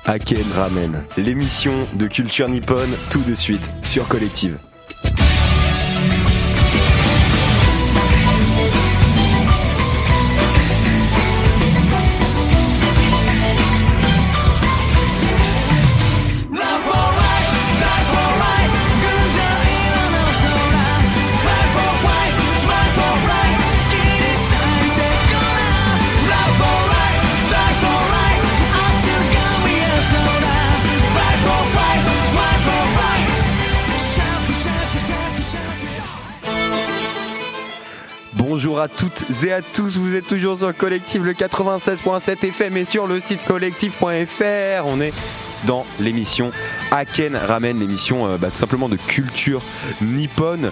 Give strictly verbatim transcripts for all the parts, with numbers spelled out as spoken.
Haken Ramen, l'émission de culture nippone, tout de suite sur Collective. Bonjour à toutes et à tous, vous êtes toujours sur Collective, le quatre-vingt-seize virgule sept F M et sur le site collective point F R. On est dans l'émission Haken Ramen, l'émission euh, bah, tout simplement de culture nippone.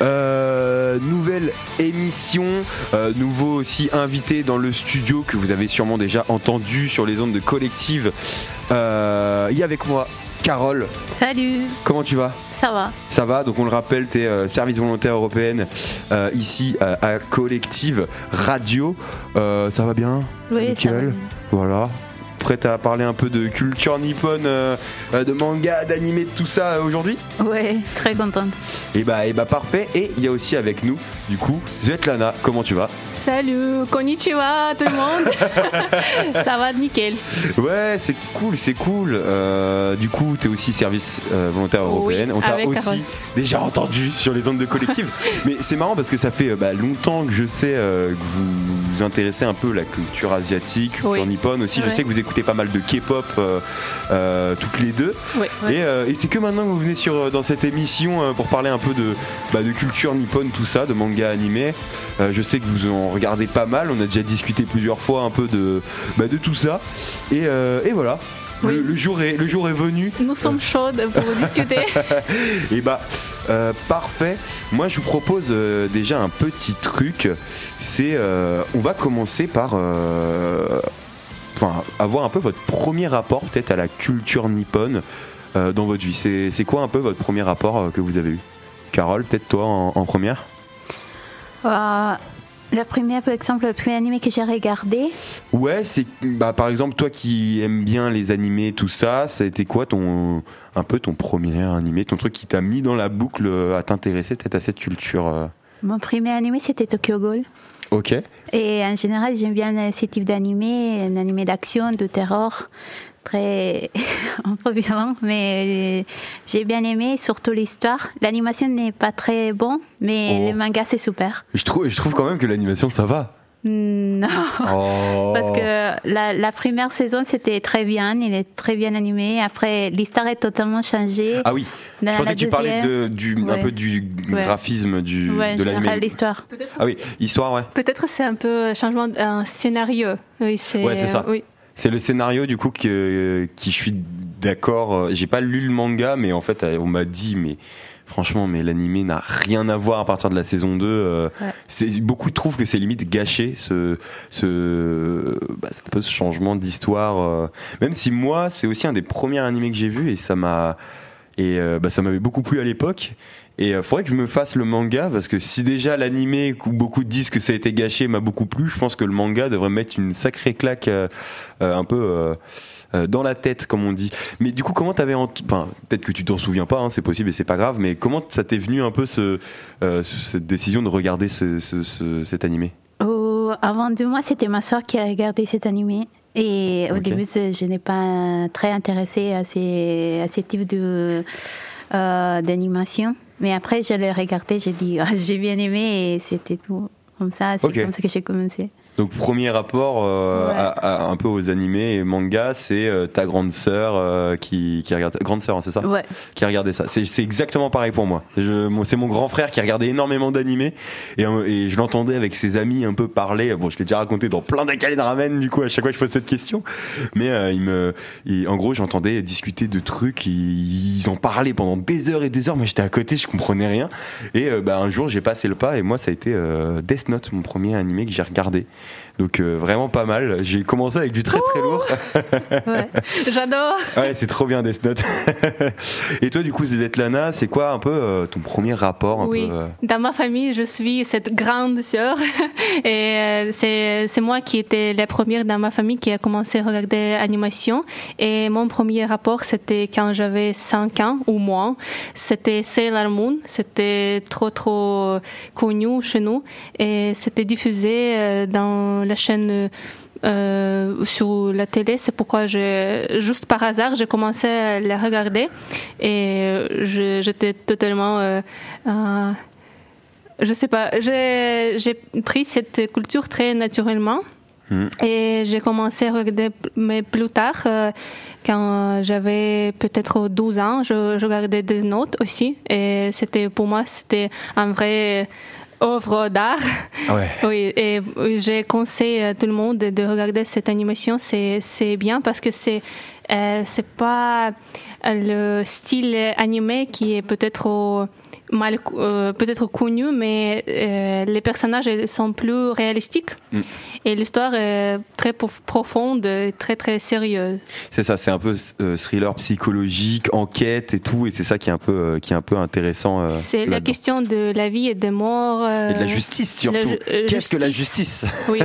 Euh, nouvelle émission, euh, nouveau aussi invité dans le studio que vous avez sûrement déjà entendu sur les ondes de Collective. Euh, il y a avec moi Carole. Salut. Comment tu vas ? Ça va. Ça va, donc on le rappelle, tu es euh, service volontaire européenne euh, ici euh, à Collective Radio. Euh, ça va bien ? Oui, nickel. ça va. Voilà. Prête à parler un peu de culture nippone, euh, de manga, d'animé, de tout ça euh, aujourd'hui ? Oui, très contente. Et bah, et bah parfait. Et il y a aussi avec nous, du coup, Svetlana. Comment tu vas ? Salut, konnichiwa tout le monde. Ça va nickel. Ouais, c'est cool, c'est cool. Euh, du coup, t'es aussi service euh, volontaire européenne. Oui, on t'a avec aussi Carole. déjà entendu sur les ondes de Collective. Mais c'est marrant parce que ça fait bah, longtemps que je sais euh, que vous vous intéressez un peu à la culture asiatique, culture Oui. nippone aussi. Je Ouais. sais que vous écoutez pas mal de K-pop euh, euh, toutes les deux. Oui. Et, euh, et c'est que maintenant que vous venez sur, dans cette émission euh, pour parler un peu de, bah, de culture nippone, tout ça, de manga animé. Euh, je sais que vous en regardez pas mal. On a déjà discuté plusieurs fois un peu de, bah, de tout ça. Et, euh, et voilà. Oui. Le, le, jour est, le jour est venu. Nous sommes chaudes pour discuter. Et bah euh, parfait. Moi je vous propose euh, déjà un petit truc. C'est euh, on va commencer par euh, enfin avoir un peu votre premier rapport peut-être à la culture nippone euh, dans votre vie. C'est, c'est quoi un peu votre premier rapport euh, que vous avez eu ? Carole, peut-être toi en, en première ? Euh, la première, par exemple, le premier animé que j'ai regardé, Ouais, c'est bah par exemple toi qui aimes bien les animés, tout ça, ça a été quoi ton un peu ton premier animé, ton truc qui t'a mis dans la boucle euh, à t'intéresser peut-être à cette culture euh... mon premier animé c'était Tokyo Ghoul. Ok. Et en général, j'aime bien ce type d'animé, un animé d'action, de terror, très un peu violent, mais j'ai bien aimé, surtout l'histoire. L'animation n'est pas très bonne, mais Oh. le manga c'est super. Je trouve, je trouve quand même que l'animation ça va. Non. Oh. Parce que la, la première saison, c'était très bien, il est très bien animé. Après, l'histoire est totalement changée. Ah oui. Dans Je pensais la que tu parlais deuxième- de, du, un Ouais. peu du Ouais. graphisme du, Ouais, de en général, l'animé. l'histoire. Peut-être, Ah oui, histoire, ouais. peut-être c'est un peu un changement d'un scénario. Oui, c'est, Ouais, c'est ça. Oui. C'est le scénario du coup que, qui je suis d'accord. J'ai pas lu le manga, mais en fait, on m'a dit, mais franchement, mais l'animé n'a rien à voir à partir de la saison deux. Euh, Ouais. c'est, beaucoup trouvent que c'est limite gâché, ce, ce, bah, c'est un peu ce changement d'histoire. Euh, même si moi, c'est aussi un des premiers animés que j'ai vu et ça m'a, et euh, bah, ça m'avait beaucoup plu à l'époque. Et euh, faudrait que je me fasse le manga parce que si déjà l'animé où beaucoup disent que ça a été gâché m'a beaucoup plu, je pense que le manga devrait mettre une sacrée claque euh, euh, un peu euh, euh, dans la tête comme on dit. Mais du coup comment t'avais ent... enfin peut-être que tu t'en souviens pas, hein, c'est possible et c'est pas grave, mais comment ça t'est venu un peu ce, euh, cette décision de regarder ce, ce, ce, cet animé ? Oh, avant deux mois, c'était ma soeur qui a regardé cet animé. Et au Ok. début, je je n'ai pas très intéressée à ces, à ces types de, euh, d'animation. Mais après, je l'ai regardé, j'ai dit, ah, j'ai bien aimé et c'était tout. Comme ça, c'est Ok. comme ça que j'ai commencé. Donc premier rapport euh, Ouais. à, à, un peu aux animés et mangas, c'est euh, ta grande sœur euh, qui, qui regarde, grande sœur, hein, c'est ça ? Ouais. Qui regardait ça. C'est, c'est exactement pareil pour moi. Je, moi, c'est mon grand frère qui regardait énormément d'animés et, euh, et je l'entendais avec ses amis un peu parler. Bon, je l'ai déjà raconté dans plein d'Haken Ramen, du coup, à chaque fois que je pose cette question. Mais euh, il me, il- en gros, j'entendais discuter de trucs. Ils, ils en parlaient pendant des heures et des heures. Moi, j'étais à côté, je comprenais rien. Et euh, bah, un jour, j'ai passé le pas et moi, ça a été euh, Death Note, mon premier animé que j'ai regardé. Donc euh, vraiment pas mal. J'ai commencé avec du très très lourd. Ouais. J'adore. Ouais, c'est trop bien Death Note. Et toi, du coup, Svetlana, c'est quoi un peu euh, ton premier rapport un Oui, peu, euh... dans ma famille, je suis cette grande sœur et euh, c'est c'est moi qui étais la première dans ma famille qui a commencé à regarder l'animation. Et mon premier rapport, c'était quand j'avais cinq ans ou moins. C'était Sailor Moon. C'était trop trop connu chez nous et c'était diffusé euh, dans la chaîne euh, sur la télé. C'est pourquoi j'ai, juste par hasard, j'ai commencé à la regarder et je, j'étais totalement, euh, euh, je sais pas, j'ai, j'ai pris cette culture très naturellement. Mmh. Et j'ai commencé à regarder, mais plus tard, euh, quand j'avais peut-être douze ans, je, je regardais Death Note aussi. Et c'était, pour moi, c'était un vrai œuvre d'art. Ouais. Oui, et j'ai conseillé à tout le monde de regarder cette animation. C'est, c'est bien parce que c'est, euh, c'est pas le style animé qui est peut-être au, mal, euh, peut-être connu, mais euh, les personnages sont plus réalistiques. Mm. Et l'histoire est très profonde, très très sérieuse. C'est ça, c'est un peu euh, thriller psychologique, enquête et tout, et c'est ça qui est un peu euh, qui est un peu intéressant. Euh, c'est là-dedans. La question de la vie et de mort. Euh, et de la justice surtout. La, euh, Qu'est-ce justice. que la justice? Oui.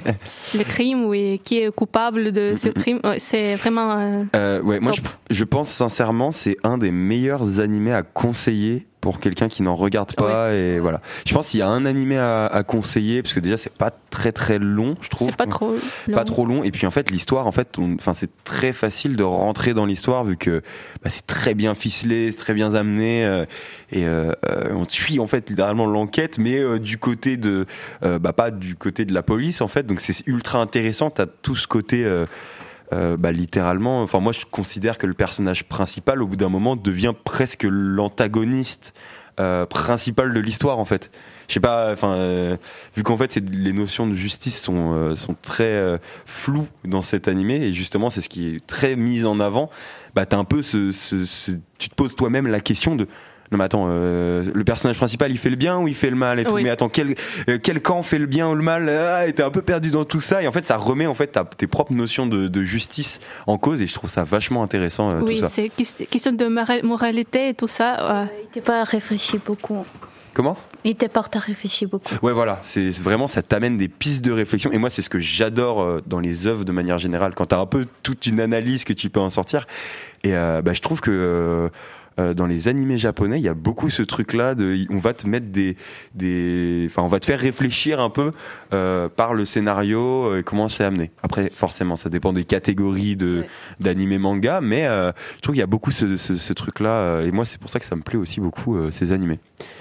Le crime, oui, qui est coupable de ce crime, c'est vraiment. Euh, euh, ouais, moi je, je pense sincèrement, c'est un des meilleurs animés à conseiller pour quelqu'un qui n'en regarde pas. Oui. Et voilà. Je pense qu'il y a un animé à, à conseiller parce que déjà c'est pas très très long, je trouve. C'est pas trop long. Pas trop long. Et puis en fait l'histoire, en fait, enfin c'est très facile de rentrer dans l'histoire vu que bah, c'est très bien ficelé, c'est très bien amené euh, et euh, on suit en fait littéralement l'enquête, mais euh, du côté de, euh, bah pas du côté de la police en fait. Donc c'est ultra intéressant. T'as tout ce côté. Euh, Euh, bah, littéralement, enfin moi je considère que le personnage principal au bout d'un moment devient presque l'antagoniste euh, principal de l'histoire en fait. Je sais pas, enfin euh, vu qu'en fait c'est, les notions de justice sont euh, sont très euh, floues dans cet animé et justement c'est ce qui est très mis en avant. Bah t'as un peu ce, ce, ce tu te poses toi-même la question de non mais attends, euh, le personnage principal il fait le bien ou il fait le mal et tout. Oui. Mais attends, quel euh, quel camp fait le bien ou le mal? Ah, et t'es un peu perdu dans tout ça et en fait ça remet en fait ta, tes propres notions de, de justice en cause et je trouve ça vachement intéressant. Euh, oui, tout ça. C'est question de moralité et tout ça. Ouais. Il n'était pas réfléchi beaucoup. Comment? Il était pas réfléchi beaucoup. Ouais, voilà, c'est vraiment ça t'amène des pistes de réflexion et moi c'est ce que j'adore dans les œuvres de manière générale quand t'as un peu toute une analyse que tu peux en sortir et euh, bah je trouve que euh, Euh, dans les animés japonais, il y a beaucoup ce truc-là de, on va te mettre des, des, enfin, on va te faire réfléchir un peu euh, par le scénario et euh, comment c'est amené. Après, forcément, ça dépend des catégories de ouais. d'animé manga, mais euh, je trouve qu'il y a beaucoup ce, ce, ce truc-là. Euh, et moi, c'est pour ça que ça me plaît aussi beaucoup euh, ces animés.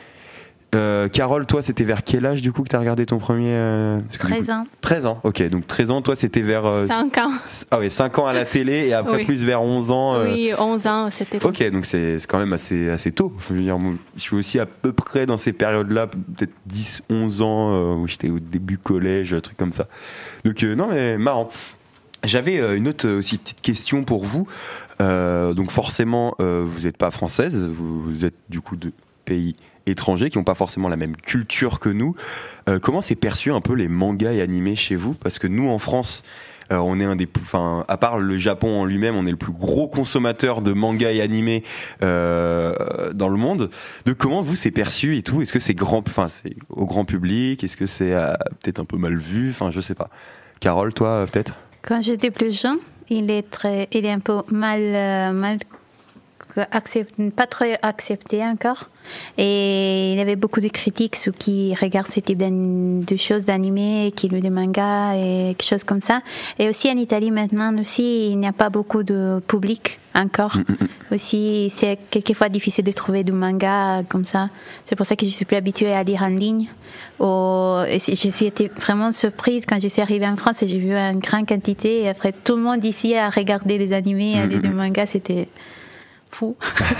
Euh, Carole, toi, c'était vers quel âge du coup que t'as regardé ton premier euh, treize ans. treize ans, ok. Donc treize ans, toi, c'était vers. Euh, cinq ans. Ah ouais, cinq ans à la télé et après oui. plus vers onze ans. Euh... Oui, onze ans, c'était. Ok, donc c'est, c'est quand même assez, assez tôt. Je veux dire, je suis aussi à peu près dans ces périodes-là, peut-être dix, onze ans, euh, où j'étais au début collège, un truc comme ça. Donc euh, non, mais marrant. J'avais euh, une autre aussi petite question pour vous. Euh, donc forcément, euh, vous n'êtes pas française, vous, vous êtes du coup de pays étrangers qui n'ont pas forcément la même culture que nous. Euh, comment c'est perçu un peu les mangas et animés chez vous? Parce que nous en France, euh, on est un des plus, enfin, à part le Japon en lui-même, on est le plus gros consommateur de mangas et animés euh, dans le monde. Donc comment vous c'est perçu et tout? Est-ce que c'est grand, enfin c'est au grand public? Est-ce que c'est euh, peut-être un peu mal vu? Enfin je sais pas. Carole, toi peut-être? Quand j'étais plus jeune, il est très, il est un peu mal, euh, mal accepté, pas très accepté encore. Et il y avait beaucoup de critiques ceux qui regardent ce type de choses, d'animés, qui lisent des mangas et quelque chose comme ça. Et aussi en Italie maintenant aussi, il n'y a pas beaucoup de public encore. Mm-hmm. Aussi, c'est quelquefois difficile de trouver du manga comme ça. C'est pour ça que je suis plus habituée à lire en ligne. Oh, et je suis été vraiment surprise quand je suis arrivée en France et j'ai vu une grande quantité. Et après, tout le monde ici a regardé les animés, mm-hmm. à lire des mangas, c'était fou.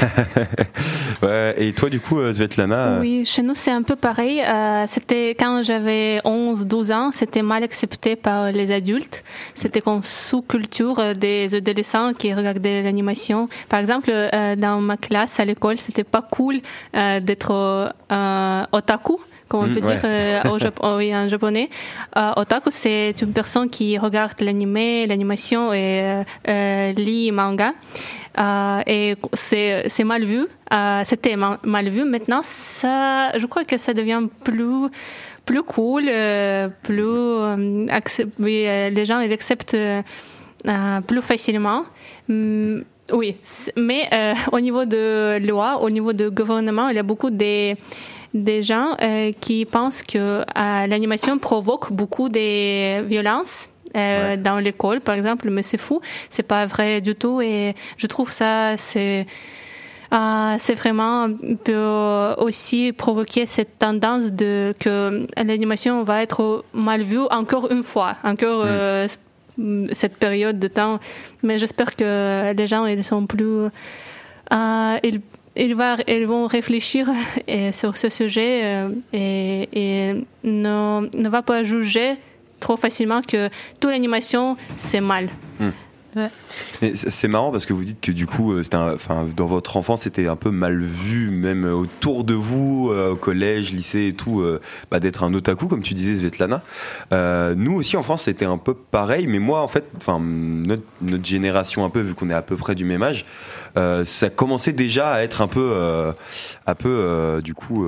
Ouais, et toi, du coup, Svetlana? Oui, chez nous, c'est un peu pareil. Euh, c'était quand j'avais onze douze ans, c'était mal accepté par les adultes. C'était comme sous-culture des adolescents qui regardaient l'animation. Par exemple, euh, dans ma classe à l'école, c'était pas cool euh, d'être euh, otaku, comme on Mmh, peut ouais. dire euh, au Japon, oui, en japonais. Euh, otaku, c'est une personne qui regarde l'anime, l'animation et euh, lit manga. Euh, et c'est, c'est mal vu. Euh, c'était mal, mal vu. Maintenant, ça, je crois que ça devient plus plus cool, euh, plus euh, accep- oui, euh, les gens ils acceptent euh, plus facilement. Hum, oui, mais euh, au niveau de loi, au niveau du gouvernement, il y a beaucoup des des gens euh, qui pensent que euh, l'animation provoque beaucoup de violences. Euh, ouais. Dans l'école, par exemple, mais c'est fou, c'est pas vrai du tout, et je trouve ça c'est euh, c'est vraiment peut aussi provoquer cette tendance de que l'animation va être mal vue encore une fois, encore mmh. euh, cette période de temps. Mais j'espère que les gens ils sont plus euh, ils Ils, va, ils vont réfléchir et, sur ce sujet euh, et, et ne, ne va pas juger trop facilement que toute l'animation c'est mal. Mmh. Ouais. Et c'est marrant parce que vous dites que du coup, c'était un, enfin, dans votre enfance, c'était un peu mal vu, même autour de vous, euh, au collège, lycée et tout, euh, bah, d'être un otaku, comme tu disais, Svetlana. Euh, nous aussi en France, c'était un peu pareil, mais moi, en fait, enfin, notre, notre génération, un peu, vu qu'on est à peu près du même âge, euh, ça commençait déjà à être un peu, euh, un peu, euh, du coup,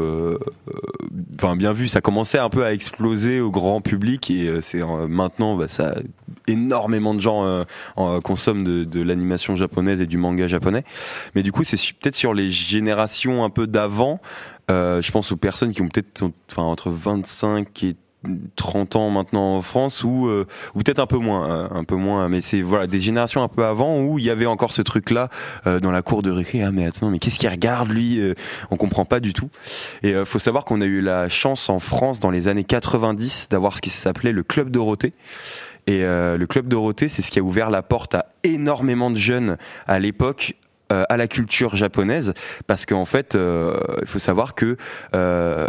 enfin, euh, bien vu, ça commençait un peu à exploser au grand public et euh, c'est euh, maintenant, bah, ça, énormément de gens euh, en consomment de, de l'animation japonaise et du manga japonais, mais du coup c'est peut-être sur les générations un peu d'avant, euh, je pense aux personnes qui ont peut-être enfin, entre vingt-cinq et trente ans maintenant en France, ou, euh, ou peut-être un peu moins, un peu moins, mais c'est voilà des générations un peu avant où il y avait encore ce truc-là euh, dans la cour de récré. Ah mais attends, mais qu'est-ce qu'il regarde lui euh, On comprend pas du tout. Et euh, faut savoir qu'on a eu la chance en France dans les années quatre-vingt-dix d'avoir ce qui s'appelait le Club Dorothée. Et euh, le Club Dorothée, c'est ce qui a ouvert la porte à énormément de jeunes à l'époque euh, à la culture japonaise, parce qu'en fait, euh, il faut savoir que euh,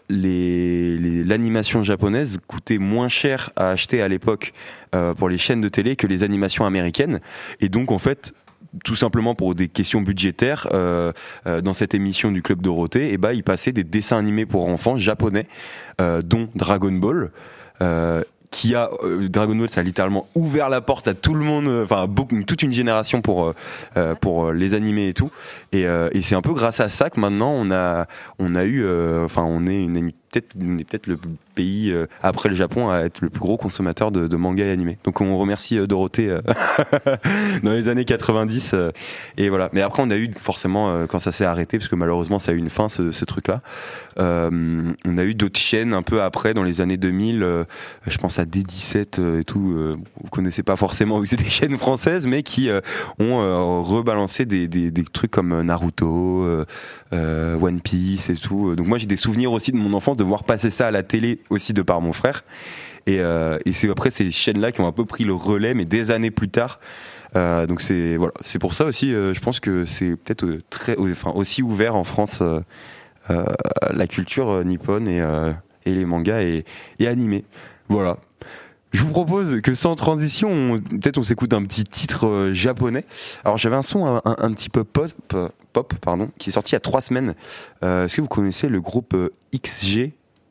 les, les, l'animation japonaise coûtait moins cher à acheter à l'époque euh, pour les chaînes de télé que les animations américaines. Et donc, en fait, tout simplement pour des questions budgétaires, euh, euh, dans cette émission du Club Dorothée, et bah, il passait des dessins animés pour enfants japonais, euh, dont Dragon Ball. Euh, qui a euh, Dragon Ball, ça a littéralement ouvert la porte à tout le monde, enfin beaucoup, toute une génération pour euh, pour les animés et tout. Et, euh, et c'est un peu grâce à ça que maintenant on a on a eu, enfin euh, on est une peut-être on est peut-être le pays euh, après le Japon à être le plus gros consommateur de, de manga et animés. Donc on remercie euh, Dorothée euh, dans les années quatre-vingt-dix euh, et voilà. Mais après on a eu forcément euh, quand ça s'est arrêté, parce que malheureusement ça a eu une fin ce, ce truc là. Euh, on a eu d'autres chaînes un peu après dans les années deux mille. Euh, je pense à D dix-sept euh, et tout. Euh, vous connaissez pas forcément, vu que c'est des chaînes françaises, mais qui euh, ont euh, rebalancé des, des, des trucs comme Naruto, euh, euh, One Piece et tout. Donc moi j'ai des souvenirs aussi de mon enfance de voir passer ça à la télé aussi de par mon frère. Et, euh, et c'est après ces chaînes-là qui ont un peu pris le relais, mais des années plus tard. Euh, donc c'est voilà, c'est pour ça aussi. Euh, je pense que c'est peut-être euh, très, enfin aussi ouvert en France euh, euh, la culture euh, nippone et, euh, et les mangas et, et animés. Voilà. Je vous propose que sans transition, on, peut-être on s'écoute un petit titre euh, japonais. Alors j'avais un son un, un, un petit peu pop, pop pardon, qui est sorti il y a trois semaines. Euh, est-ce que vous connaissez le groupe euh, X G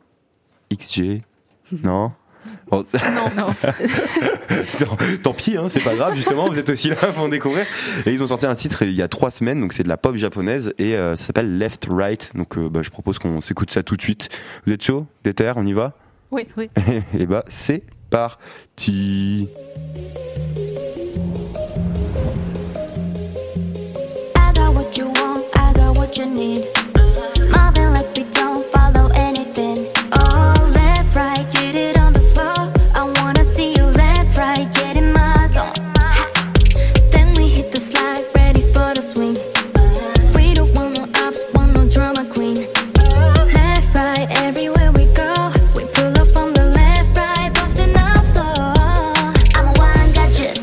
X G Non. Bon, non, non. tant, tant pis, hein, c'est pas grave, justement, vous êtes aussi là pour découvrir. Et ils ont sorti un titre il y a trois semaines, donc c'est de la pop japonaise et euh, ça s'appelle Left Right. Donc euh, bah, je propose qu'on s'écoute ça tout de suite. Vous êtes chaud, Déter, on y va? Oui, oui. Et bah c'est parti. I got what you want, I got what you need. Mobbing like we don't follow anything. Oh, left, right, get it on the floor. I wanna see you left, right, get in my zone. Ha. Then we hit the slide, ready for the swing. We don't want no ops, want no drama queen. Left, right, everywhere we go. We pull up on the left, right, busting up slow. I'm a one gadget.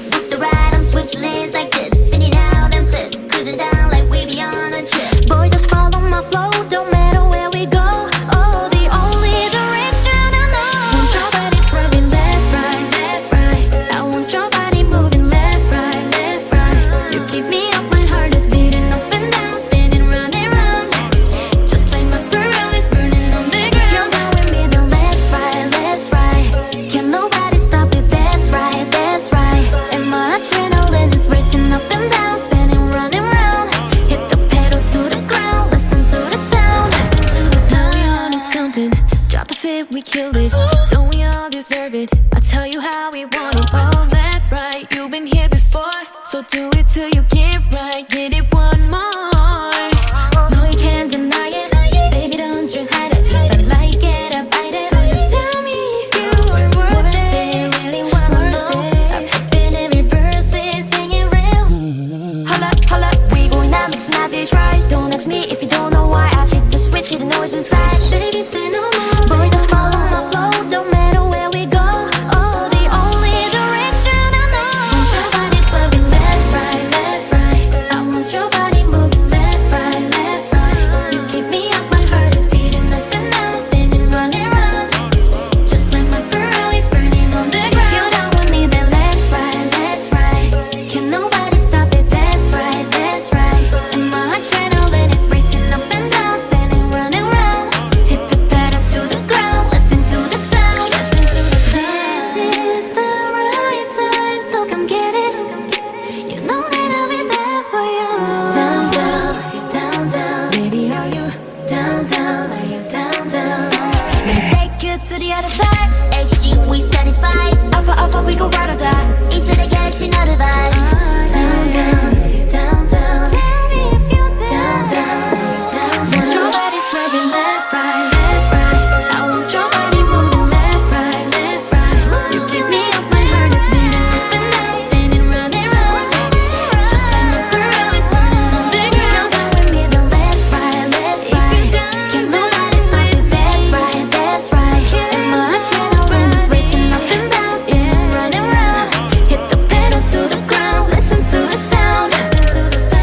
boy, so do it till you get right. Get it one more. No, you can't deny it. Baby, don't you hide it. If I like it, I bite it. So just tell me if you are worth it. Really wanna know. I've been every verse, singing real. Hold up, hold up, we going out, mixing out these rights. Don't ask me if you don't know why I hit the switch, hit the noise inside. Baby, say no more. Boy, just follow my flow, don't matter where we go. Oh, the only direction I know. Want your body swerving left, right, left, right. I want your body moving left, right, left, right. You keep me up, my heart is beating up and down, spinning, running round. Just like my Pirelli's burning on the ground. If you don't want me, then let's ride, let's ride. Can nobody stop it? That's right, that's right. And my adrenaline is racing up and down, spinning, running round. Hit the pedal to the ground, listen to the sound, listen to the sound. This is the right time, so come get it. You know that I'll be there for you. Down, down, if you're down, down. Baby, are you down, down? Are you down, down? Let me take you to the other side. H G, we certified. Alpha, alpha, we go ride or die. Into the galaxy, no device. Down, down, if you're down, down. Tell me if you're down, down, down, down. Want your body swerving left, right, left, right. I want your body moving left, right, left, right. You keep me up, my heart is beating up and down, spinning round and round. Just like my Pirelli's burning on the ground. Down with me, then let's ride, let's ride. Can nobody stop it? That's right, that's right. And my adrenaline is racing up and down, spinning round and round. Hit the pedal to the ground, listen to the sound, listen to the sound.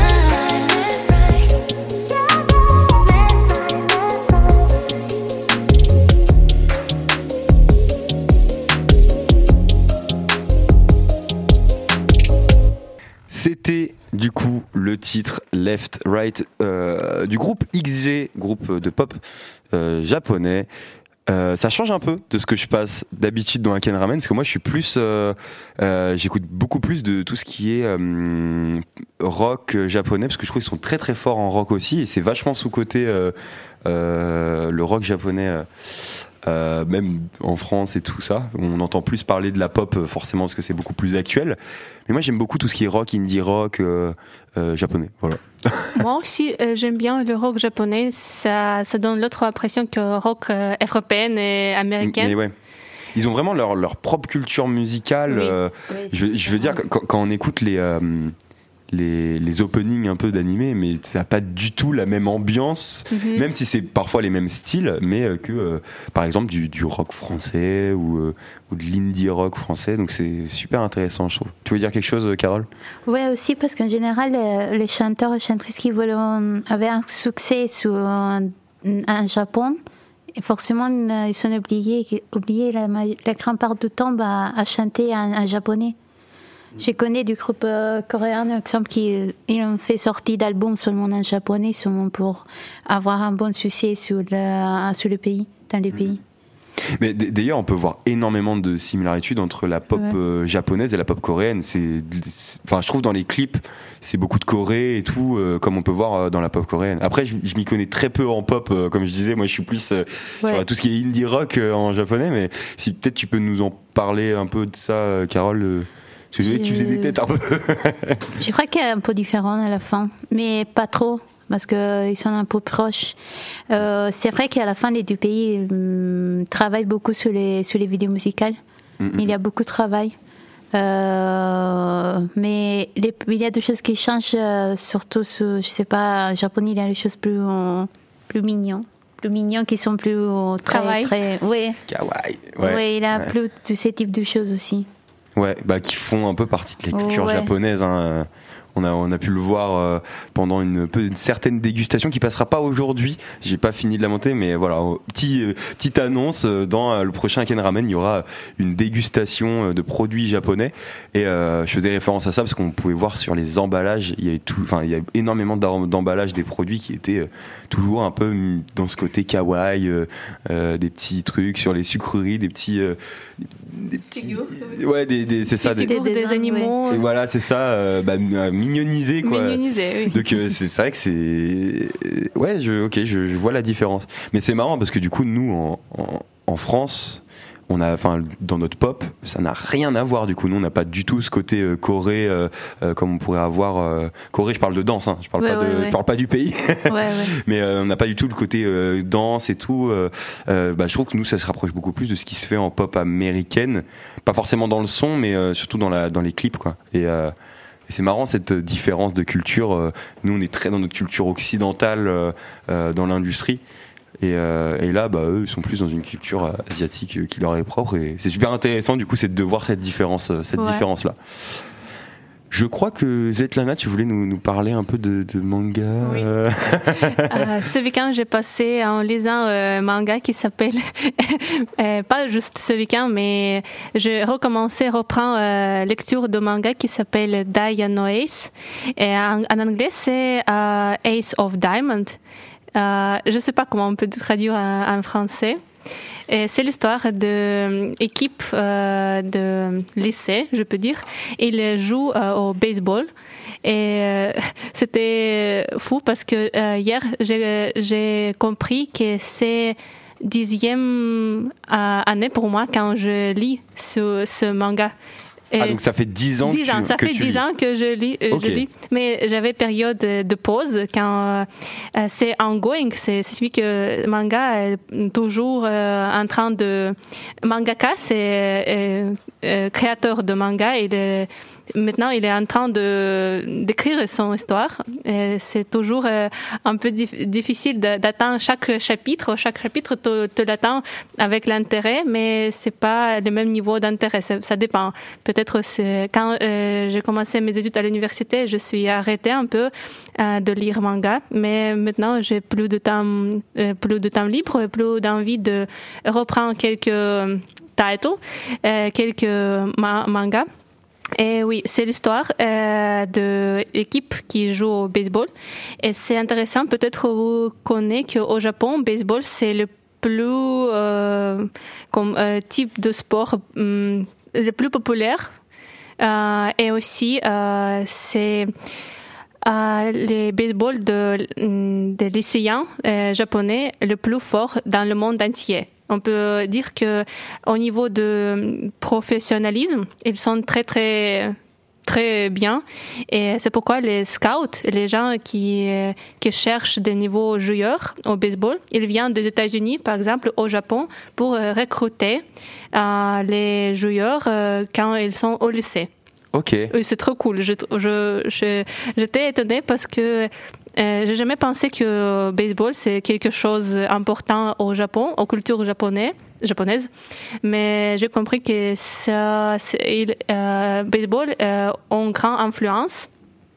C'était du coup le titre Left Right euh, du groupe X G, groupe de pop euh, japonais. Euh, ça change un peu de ce que je passe d'habitude dans un Ken Ramen, parce que moi je suis plus, euh, euh, j'écoute beaucoup plus de tout ce qui est euh, rock japonais, parce que je trouve qu'ils sont très très forts en rock aussi, et c'est vachement sous-coté euh, euh, le rock japonais. Euh, Euh, même en France et tout ça, on entend plus parler de la pop forcément parce que c'est beaucoup plus actuel. Mais moi j'aime beaucoup tout ce qui est rock, indie rock euh, euh, japonais. Voilà. Moi aussi, euh, j'aime bien le rock japonais. Ça, ça donne l'autre impression que rock euh, européenne et américaine. Mais ouais. Ils ont vraiment leur, leur propre culture musicale. Oui. Euh, Oui, je, je veux dire, quand, quand on écoute les, euh, les, les openings un peu d'animé, mais ça n'a pas du tout la même ambiance, Mhm. même si c'est parfois les mêmes styles, mais euh, que euh, par exemple du, du rock français ou, euh, ou de l'indie rock français. Donc c'est super intéressant, je trouve. Tu veux dire quelque chose, Carole ? Ouais, aussi parce qu'en général, euh, les chanteurs et chantrices qui veulent, avaient un succès sur, en, en Japon, et forcément, euh, ils sont obligés, obligés la, ma- la grande part du temps bah, à chanter en, en japonais. Je connais du groupe euh, coréen, par exemple, qui ils ont fait sortie d'albums seulement en japonais, seulement pour avoir un bon succès sur le, sur le pays, dans les pays. Mais d- d'ailleurs, on peut voir énormément de similarités entre la pop Ouais. euh, japonaise et la pop coréenne. C'est, c'est- enfin, je trouve dans les clips, c'est beaucoup de Corée et tout, euh, comme on peut voir euh, dans la pop coréenne. Après, je, je m'y connais très peu en pop, euh, comme je disais. Moi, je suis plus euh, Ouais. sur tout ce qui est indie rock euh, en japonais. Mais si peut-être tu peux nous en parler un peu de ça, euh, Carole. euh, parce que je sais que tu faisais des têtes un peu. Je crois qu'il y a un peu différent à la fin, mais pas trop, parce qu'ils sont un peu proches. Euh, c'est vrai qu'à la fin, les deux pays hum, travaillent beaucoup sur les, sur les vidéos musicales. Mm-hmm. Il y a beaucoup de travail. Euh, mais les, il y a des choses qui changent, euh, surtout, sur, je sais pas, en japonais, il y a des choses plus, euh, plus mignonnes. Plus mignons qui sont plus euh, très, Kawaii. très, oui. Kawaii. Ouais, il y a Ouais. plus de ce type de choses aussi. Ouais, bah qui font un peu partie de la culture Ouais. japonaise. Hein. On a, on a pu le voir euh, pendant une, peu- une certaine dégustation qui passera pas aujourd'hui. J'ai pas fini de la monter, mais voilà, euh, petit, euh, petite annonce euh, dans euh, le prochain Ken Ramen, il y aura une dégustation euh, de produits japonais. Et euh, je faisais référence à ça parce qu'on pouvait voir sur les emballages, il y avait tout, enfin il y a énormément d'em- d'emballages des produits qui étaient euh, toujours un peu mm, dans ce côté kawaii, euh, euh, des petits trucs sur les sucreries, des petits, euh, des petits, ouais, des, des, c'est ça, Des des, figures des dessins, animaux. et voilà, c'est ça, euh, bah, euh, mignonisé quoi. Mignonisé, oui. Donc euh, c'est, c'est vrai que c'est, euh, ouais, je, ok, je, je vois la différence. Mais c'est marrant parce que du coup, nous en, en, en France, on a, enfin, dans notre pop, ça n'a rien à voir. Du coup, nous, on n'a pas du tout ce côté euh, Corée euh, euh, comme on pourrait avoir. Euh, Corée, je parle de danse, hein, je parle Ouais, pas ouais, de, ouais. je parle pas du pays. Ouais, ouais. Mais euh, on n'a pas du tout le côté euh, danse et tout. Euh, euh, bah, je trouve que nous, ça se rapproche beaucoup plus de ce qui se fait en pop américaine, pas forcément dans le son, mais euh, surtout dans la, dans les clips, quoi. Et euh, Et c'est marrant cette différence de culture. Nous, on est très dans notre culture occidentale, euh, euh, dans l'industrie. Et, euh, et là, bah, eux, ils sont plus dans une culture asiatique qui leur est propre. Et c'est super intéressant, du coup, c'est de voir cette différence, cette Ouais. différence-là. Je crois que Svetlana, tu voulais nous, nous parler un peu de, de manga. Oui. euh, Euh, ce week-end, j'ai passé en lisant un manga qui s'appelle, euh, pas juste ce week-end, mais j'ai recommencé, reprends euh, lecture de manga qui s'appelle Diana no Ace. Et en, en anglais, c'est euh, Ace of Diamond. Euh, je ne sais pas comment on peut traduire en, en français. Et c'est l'histoire d'une équipe euh, de lycée, je peux dire. Ils jouent euh, au baseball. Et euh, c'était fou parce que euh, hier, j'ai, j'ai compris que c'est dixième euh, année pour moi quand je lis ce, ce manga. Et Ah, donc ça fait dix ans, dix que, ans, tu, ça que fait tu dix lis. ans que je lis, euh, Ok. je lis. Mais j'avais période de pause quand euh, c'est ongoing, c'est, c'est celui que le manga est toujours euh, en train de... Mangaka, c'est euh, euh, créateur de manga et de, maintenant il est en train de d'écrire son histoire. Et c'est toujours euh, un peu dif- difficile de- d'attendre chaque chapitre. Chaque chapitre te, te l'attend avec l'intérêt, mais c'est pas le même niveau d'intérêt. Ça, ça dépend. Peut-être c'est quand euh, j'ai commencé mes études à l'université, je suis arrêtée un peu euh, de lire manga, mais maintenant j'ai plus de temps, euh, plus de temps libre, et plus d'envie de reprendre quelques titles, euh, quelques ma- mangas. Et oui, c'est l'histoire euh, de l'équipe qui joue au baseball. Et c'est intéressant, peut-être vous connaissez qu'au Japon, baseball, c'est le plus euh, comme euh, type de sport hum, le plus populaire. Euh, et aussi, euh, c'est euh, les baseball de, des lycéens euh, japonais le plus fort dans le monde entier. On peut dire que au niveau de professionnalisme, ils sont très très très bien, et c'est pourquoi les scouts, les gens qui qui cherchent des nouveaux joueurs au baseball, ils viennent des États-Unis, par exemple, au Japon, pour recruter euh, les joueurs euh, quand ils sont au lycée. Ok. Oui, c'est trop cool. Je, je, je, j'étais étonnée parce que euh, j'ai jamais pensé que baseball c'est quelque chose d'important au Japon, aux cultures japonaises, japonaises. Mais j'ai compris que ça, c'est, il, euh, baseball euh, a une grande influence.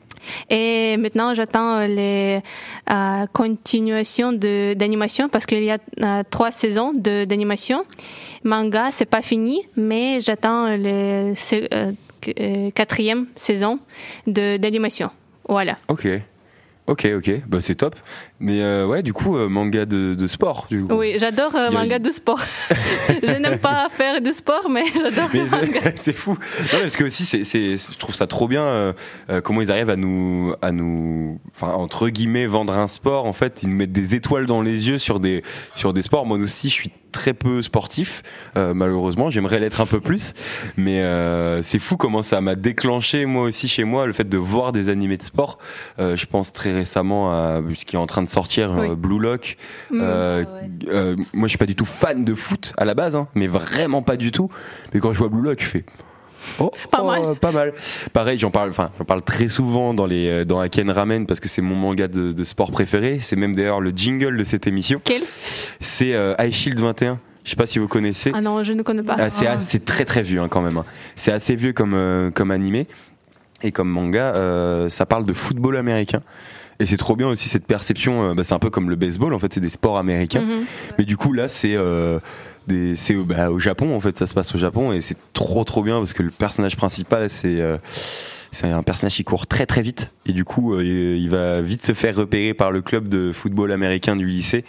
Et maintenant, j'attends les euh, continuations de, d'animation parce qu'il y a euh, trois saisons de, d'animation. Manga, c'est pas fini, mais j'attends les euh, quatrième saison de, d'animation. Voilà. Ok. Ok, ok, bah c'est top. Mais euh, ouais, du coup, euh, manga de, de sport, du coup. Oui, j'adore euh, Il y a- manga de sport. Je n'aime pas faire de sport, mais j'adore Mais le manga. c'est, c'est fou. Non, mais parce que aussi, c'est, c'est, je trouve ça trop bien euh, euh, comment ils arrivent à nous, à nous, enfin entre guillemets, vendre un sport. En fait, ils nous mettent des étoiles dans les yeux sur des, sur des sports. Moi aussi, je suis très peu sportif, euh, malheureusement. J'aimerais l'être un peu plus, mais euh, c'est fou comment ça m'a déclenché moi aussi chez moi le fait de voir des animés de sport. Euh, je pense très récemment à ce qui est en train de sortir, Oui. euh, Blue Lock. Mm. Euh, Ah ouais. euh, moi, je suis pas du tout fan de foot à la base, hein, mais vraiment pas du tout. Mais quand je vois Blue Lock, je fais oh, Pas oh, mal. pas mal. Pareil, j'en parle, enfin, j'en parle très souvent dans les dans Aken Ramen parce que c'est mon manga de, de sport préféré. C'est même d'ailleurs le jingle de cette émission. Quel? C'est euh, High Shield vingt et un. Je sais pas si vous connaissez. Ah non, je ne connais pas. Ah, c'est, assez- c'est très très vieux hein, quand même. hein. C'est assez vieux comme euh, comme animé et comme manga. Euh, ça parle de football américain. Et c'est trop bien aussi cette perception. euh, bah, c'est un peu comme le baseball en fait. C'est des sports américains. Mhm. Mais du coup là c'est euh, des, c'est bah, au Japon en fait. Ça se passe au Japon et c'est trop trop bien parce que le personnage principal c'est euh, c'est un personnage qui court très très vite et du coup euh, il va vite se faire repérer par le club de football américain du lycée.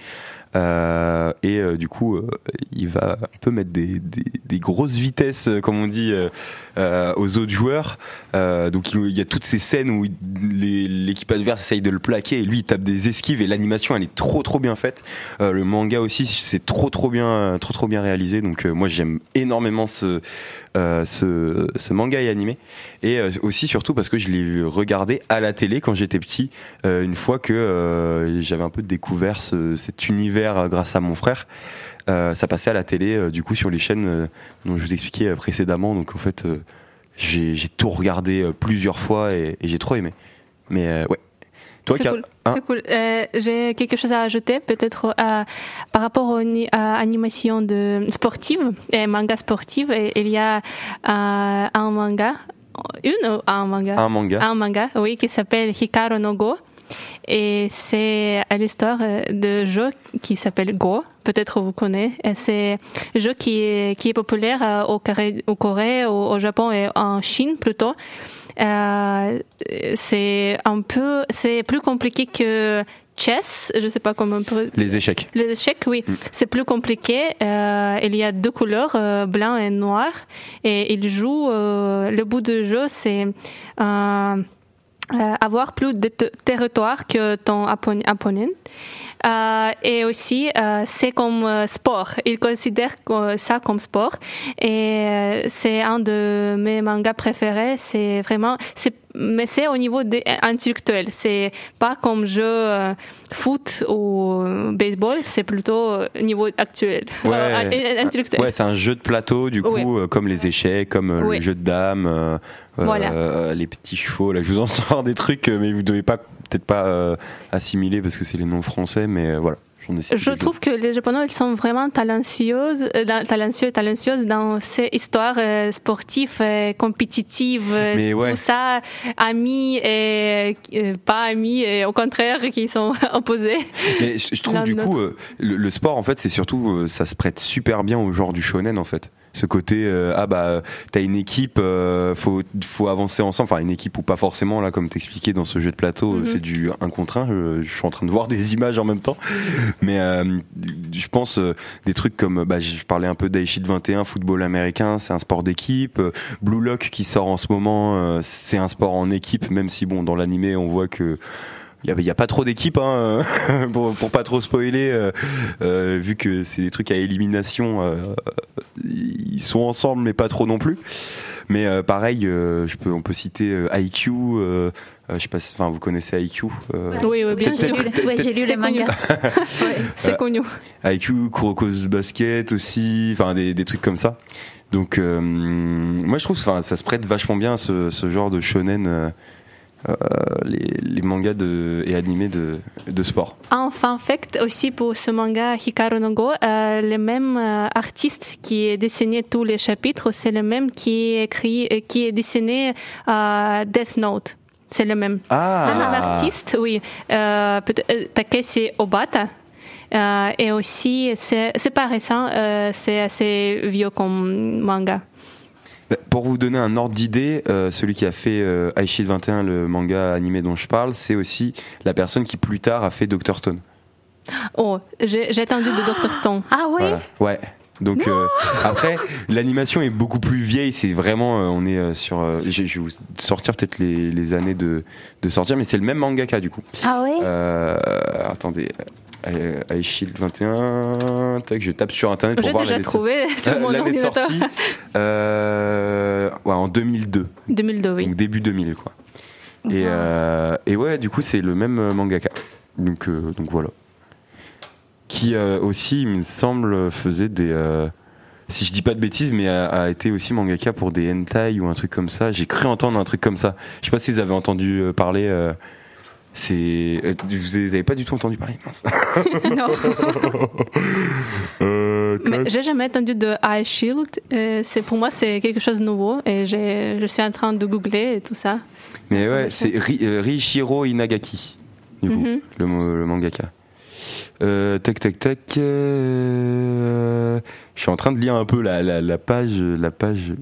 Euh, et euh, du coup, euh, il va un peu mettre des, des, des grosses vitesses, euh, comme on dit, euh, euh, aux autres joueurs. Euh, donc il y a toutes ces scènes où les, l'équipe adverse essaye de le plaquer et lui il tape des esquives et l'animation elle est trop trop bien faite. Euh, le manga aussi c'est trop trop bien trop trop bien réalisé. Donc euh, moi j'aime énormément ce euh, ce, ce manga et animé et euh, aussi surtout parce que je l'ai regardé à la télé quand j'étais petit euh, une fois que euh, j'avais un peu découvert ce, cet univers euh, grâce à mon frère. Euh, ça passait à la télé euh, du coup sur les chaînes euh, dont je vous expliquais euh, précédemment. Donc en fait euh, j'ai, j'ai tout regardé euh, plusieurs fois et, et j'ai trop aimé. Mais euh, ouais. Toi, c'est Car- cool. hein C'est cool. Euh, j'ai quelque chose à ajouter, peut-être euh, par rapport aux ni- à animation de sportive et manga sportive. Et, il y a euh, un manga, une ou un manga, Un manga. un manga, oui, qui s'appelle Hikaru no Go. Et c'est l'histoire de jeu qui s'appelle Go. Peut-être vous connaissez. Et c'est un jeu qui est, qui est populaire au Corée, au Corée, au, au Japon et en Chine plutôt. Euh, c'est un peu, c'est plus compliqué que chess. Je sais pas comment on peut. Les échecs. Les échecs, oui, mm. c'est plus compliqué. Euh, il y a deux couleurs, euh, blanc et noir, et il joue. Euh, le bout du jeu, c'est euh, euh, avoir plus de t- territoire que ton appon- opponent. Euh, et aussi, euh, c'est comme euh, sport. Il considère que, ça comme sport. Et euh, c'est un de mes mangas préférés. C'est vraiment, c'est, mais c'est au niveau de, intellectuel. C'est pas comme jeu euh, foot ou baseball. C'est plutôt au niveau actuel, Ouais. euh, intellectuel. Ouais, c'est un jeu de plateau, du coup, Oui. euh, comme les échecs, comme euh, Oui. le jeu de dames, euh, Voilà. euh, les petits chevaux. Là, je vous en sors des trucs, euh, mais vous devez pas peut-être pas euh, assimiler parce que c'est les noms français, mais euh, voilà. J'en ai cité Je quelques. trouve que les Japonais ils sont vraiment talentueuses, euh, dans- talentueux, talentueuses dans ces histoires euh, sportives, euh, compétitives, euh, Mais ouais. tout ça, amis et euh, pas amis, et au contraire qui sont opposés. Mais je, je trouve L'un du de coup, euh, le, le sport, en fait, c'est surtout, euh, ça se prête super bien au genre du shonen, en fait. Ce côté, euh, ah bah, t'as une équipe, euh, faut, faut avancer ensemble. Enfin, une équipe ou pas forcément, là, comme t'expliquais dans ce jeu de plateau, Mhm. c'est du un contre un. Je, je suis en train de voir des images en même temps. Mais euh, je pense, euh, des trucs comme, bah, je parlais un peu d'Aishid vingt et un, football américain, c'est un sport d'équipe. Euh, Blue Lock qui sort en ce moment, euh, c'est un sport en équipe, même si, bon, dans l'animé, on voit que il y a, y a pas trop d'équipes, hein, pour, pour pas trop spoiler, euh, euh, vu que c'est des trucs à élimination, euh, ils sont ensemble mais pas trop non plus. Mais euh, pareil, euh, je peux, on peut citer euh, I Q. Euh, euh, je sais pas, si- enfin vous connaissez I Q. Euh, Oui, oui, bien peut-être- sûr. peut-être- Ouais, j'ai lu C'est le manga. Ouais. C'est Euh, connu. I Q, Kuroko's Basket aussi, enfin des, des trucs comme ça. Donc euh, moi je trouve, enfin ça se prête vachement bien à ce, ce genre de shonen. Euh, euh, les, les mangas de, et animés de, de sport. Un fun fact aussi pour ce manga Hikaru no Go, euh, le même euh, artiste qui a dessiné tous les chapitres, c'est le même qui a écrit, euh, qui a dessiné euh, Death Note. C'est le même. Ah. Le même artiste, oui. Euh, peut- euh, Takeshi Obata. Euh, et aussi, c'est, c'est pas récent, euh, c'est assez vieux comme manga. Pour vous donner un ordre d'idée, euh, celui qui a fait euh, Aishid vingt et un, le manga animé dont je parle, c'est aussi la personne qui plus tard a fait docteur Stone. Oh, j'ai, j'ai entendu de docteur Stone. Ah oui. Voilà. Ouais. Donc euh, après, l'animation est beaucoup plus vieille. C'est vraiment, euh, on est euh, sur. euh, je je vais vous sortir peut-être les, les années de, de sortir, mais c'est le même mangaka du coup. Ah oui. Euh, attendez, euh, Aishid vingt et un. Tac, je tape sur internet pour J'ai voir déjà l'année de trouvé sur Euh, mon l'année de ordinateur. sortie, euh, ouais, en deux mille deux, deux mille deux, oui. donc début deux mille quoi. Et, euh, et ouais, du coup c'est le même euh, mangaka. Donc, euh, donc voilà. Qui euh, aussi, il me semble, faisait des. Euh, si je dis pas de bêtises, mais a, a été aussi mangaka pour des hentai ou un truc comme ça. J'ai cru entendre un truc comme ça. Je sais pas si vous avez entendu euh, parler. Euh, c'est. euh, Vous avez pas du tout entendu parler, mince. Non. Euh, Mais j'ai jamais entendu de Eye Shield. Euh, c'est pour moi c'est quelque chose de nouveau et j'ai, je suis en train de googler et tout ça. Mais ouais, c'est Ri, euh, Riichiro Inagaki, du coup, Mhm. le, mo- le mangaka. Euh, tac, tac, tac. euh, je suis en train de lire un peu la, la, la page, la page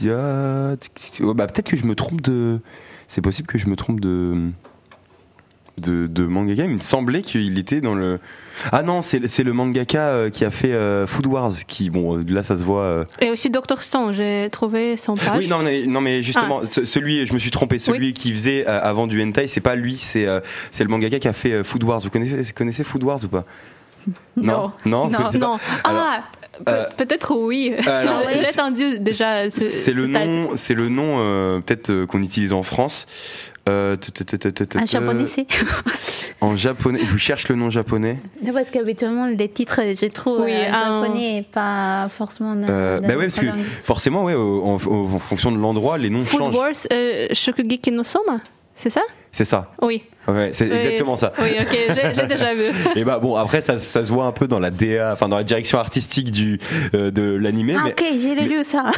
Wikipédia. Oh, bah, peut-être que je me trompe de. C'est possible que je me trompe de. de, de mangaka. Il me semblait qu'il était dans le. Ah non, c'est, c'est le mangaka euh, qui a fait euh, Food Wars, qui, bon, là ça se voit. Euh... Et aussi docteur Stone, j'ai trouvé son page. Oui, non, mais, non, mais justement, ah. ce, celui, je me suis trompé, celui oui. qui faisait euh, avant du hentai, c'est pas lui, c'est, euh, c'est le mangaka qui a fait euh, Food Wars. Vous connaissez, connaissez Food Wars ou pas? Non. Non, non, non. Alors, ah, euh, peut-être oui. Alors, j'ai c'est, entendu déjà ce, c'est, ce le nom, c'est le nom, euh, peut-être euh, qu'on utilise en France. Euh, en japonais, c'est en japonais, je cherche le nom japonais. Non, parce qu'habituellement, les titres, je trouve oui, euh, un... japonais et pas forcément. Euh, bah ouais, parce que forcément, ouais, en, en, en fonction de l'endroit, les noms Food changent. Food Wars, euh, Shokugeki no Soma, c'est ça? C'est ça. Oui. Ouais, c'est oui, exactement ça. Oui, ok, j'ai, j'ai déjà vu. Et bah bon, après ça, ça se voit un peu dans la D A, enfin dans la direction artistique du euh, de l'animé. Ah mais, ok, j'ai mais, lu ça.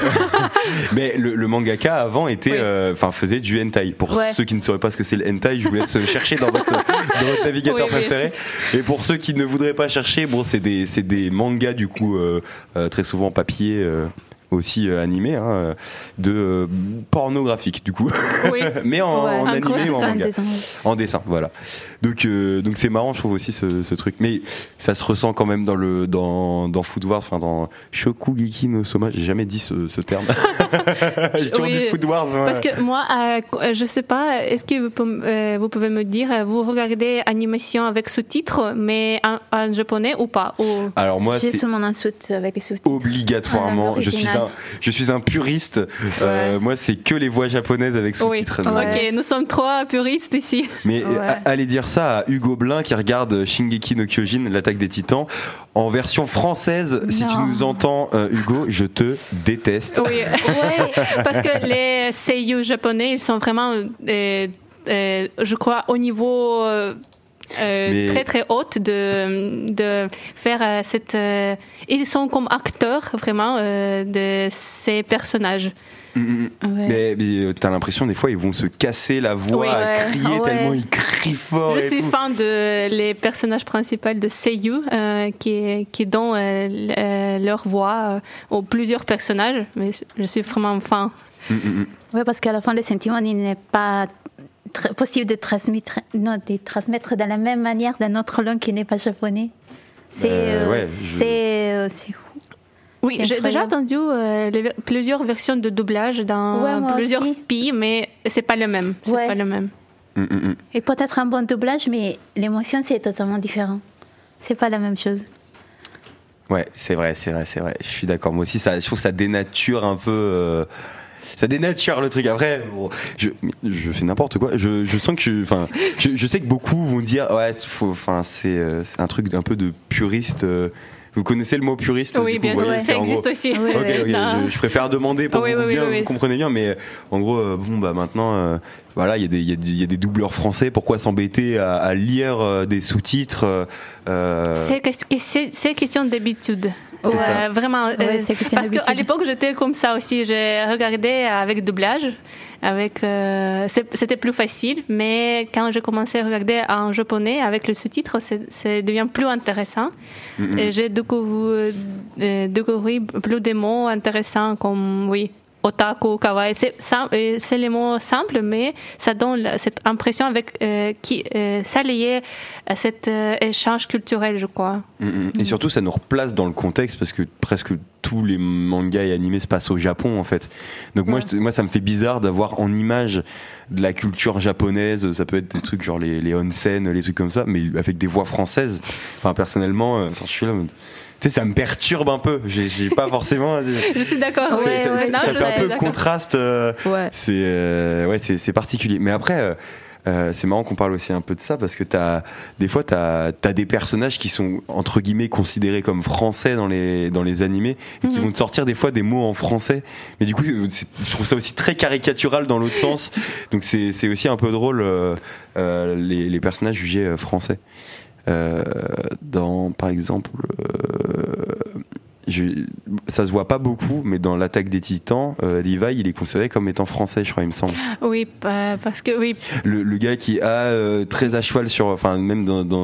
Mais le, le mangaka avant était, enfin oui. euh, faisait du hentai. Pour ouais. ceux qui ne sauraient pas ce que c'est le hentai, je vous laisse chercher dans votre dans votre navigateur oui, préféré. Oui. Et pour ceux qui ne voudraient pas chercher, bon, c'est des c'est des mangas du coup euh, euh, très souvent papier. Euh, aussi euh, animé hein, de euh, pornographique du coup oui. mais en, ouais, en animé ou en manga dessin. En dessin voilà donc euh, donc c'est marrant je trouve aussi ce, ce truc mais ça se ressent quand même dans le dans dans Food Wars enfin dans Shokugeki no Soma j'ai jamais dit ce, ce terme j'ai toujours oui, dit Food Wars ouais. Parce que moi euh, je sais pas est-ce que vous, euh, vous pouvez me dire vous regardez animation avec sous-titres mais en, en japonais ou pas ou... Alors moi j'ai c'est seulement un sous avec les sous-titres obligatoirement ah, je suis un, je suis un puriste. Euh, ouais. Moi, c'est que les voix japonaises avec sous-titres. Oui. Ouais. Ok, nous sommes trois puristes ici. Mais ouais. a, allez dire ça à Hugo Blin qui regarde Shingeki no Kyojin, l'attaque des Titans, en version française. Non. Si tu nous entends, euh, Hugo, je te déteste. Oui, ouais, parce que les seiyuu japonais, ils sont vraiment, euh, euh, je crois, au niveau. Euh, Euh, mais... très très haute de de faire euh, cette euh, ils sont comme acteurs vraiment euh, de ces personnages. Mmh. Ouais. Mais, mais t'as l'impression des fois ils vont se casser la voix oui, à ouais. crier ah, ouais. tellement ils crient fort. Je et suis tout. fan de les personnages principaux de seiyuu euh, qui qui donnent euh, leur voix euh, aux plusieurs personnages, mais je suis vraiment fan. Mmh. Ouais, parce qu'à la fin le sentiment il n'est pas possible de transmettre, non, de transmettre de la même manière dans notre langue qui n'est pas japonais. C'est, euh, ouais, c'est, je... euh, c'est fou. Oui, c'est j'ai déjà entendu euh, les, plusieurs versions de doublage dans ouais, plusieurs aussi. pays, mais c'est pas le même. C'est ouais. pas le même. Mm-mm. Et peut-être un bon doublage, mais l'émotion c'est totalement différent. C'est pas la même chose. Ouais, c'est vrai, c'est vrai, c'est vrai. Je suis d'accord. Moi aussi, ça, je trouve que ça dénature un peu. Euh... Ça dénature le truc. Après, bon, je, je fais n'importe quoi. Je, je sens que, enfin, je, je sais que beaucoup vont dire, ouais, faut, enfin, c'est, c'est un truc un peu de puriste. Euh, Vous connaissez le mot puriste? Oui, coup, bien sûr, ça existe gros... aussi. Oui, ok, ok. Je, je préfère demander pour oui, vous oui, bien, oui, oui. vous comprenez bien, mais en gros, euh, bon, bah maintenant, euh, voilà, il y a des, il y a, il y a des doubleurs français. Pourquoi s'embêter à, à lire euh, des sous-titres? euh... C'est, c'est, c'est question d'habitude. C'est ouais, ça. Vraiment. Ouais, euh, c'est parce qu'à l'époque, j'étais comme ça aussi. J'ai regardé avec doublage. Avec, euh, c'était plus facile, mais quand j'ai commencé à regarder en japonais avec le sous-titre, c'est, ça devient plus intéressant. Mm-hmm. Et j'ai découvert, euh, découvert plus de mots intéressants comme, oui, otaku, kawaii. C'est, c'est les mots simples, mais ça donne cette impression avec, euh, qui, euh, ça lié à cet euh, échange culturel, je crois. Mm-hmm. Et surtout, ça nous replace dans le contexte parce que presque tous les mangas et animés se passent au Japon en fait. Donc ouais. moi, je, moi, ça me fait bizarre d'avoir en image de la culture japonaise. Ça peut être des trucs genre les, les onsen, les trucs comme ça, mais avec des voix françaises. Enfin, personnellement, euh, je suis là. Tu sais, ça me perturbe un peu. J'ai, j'ai pas forcément. Je suis d'accord. Ouais, ouais, ça, ouais, ça, non, ça fait un peu d'accord. contraste. Euh, ouais. C'est, euh, ouais, c'est, c'est particulier. Mais après. Euh, Euh, c'est marrant qu'on parle aussi un peu de ça parce que t'as des fois t'as t'as des personnages qui sont entre guillemets considérés comme français dans les dans les animés et qui mm-hmm. vont te sortir des fois des mots en français, mais du coup c'est, je trouve ça aussi très caricatural dans l'autre sens, donc c'est c'est aussi un peu drôle euh, euh, les les personnages jugés français euh, dans par exemple euh, Je, ça se voit pas beaucoup, mais dans l'attaque des Titans, euh, Levi, il est considéré comme étant français, je crois, il me semble. Oui, parce que oui. Le, le gars qui a euh, très à cheval sur, enfin même dans, dans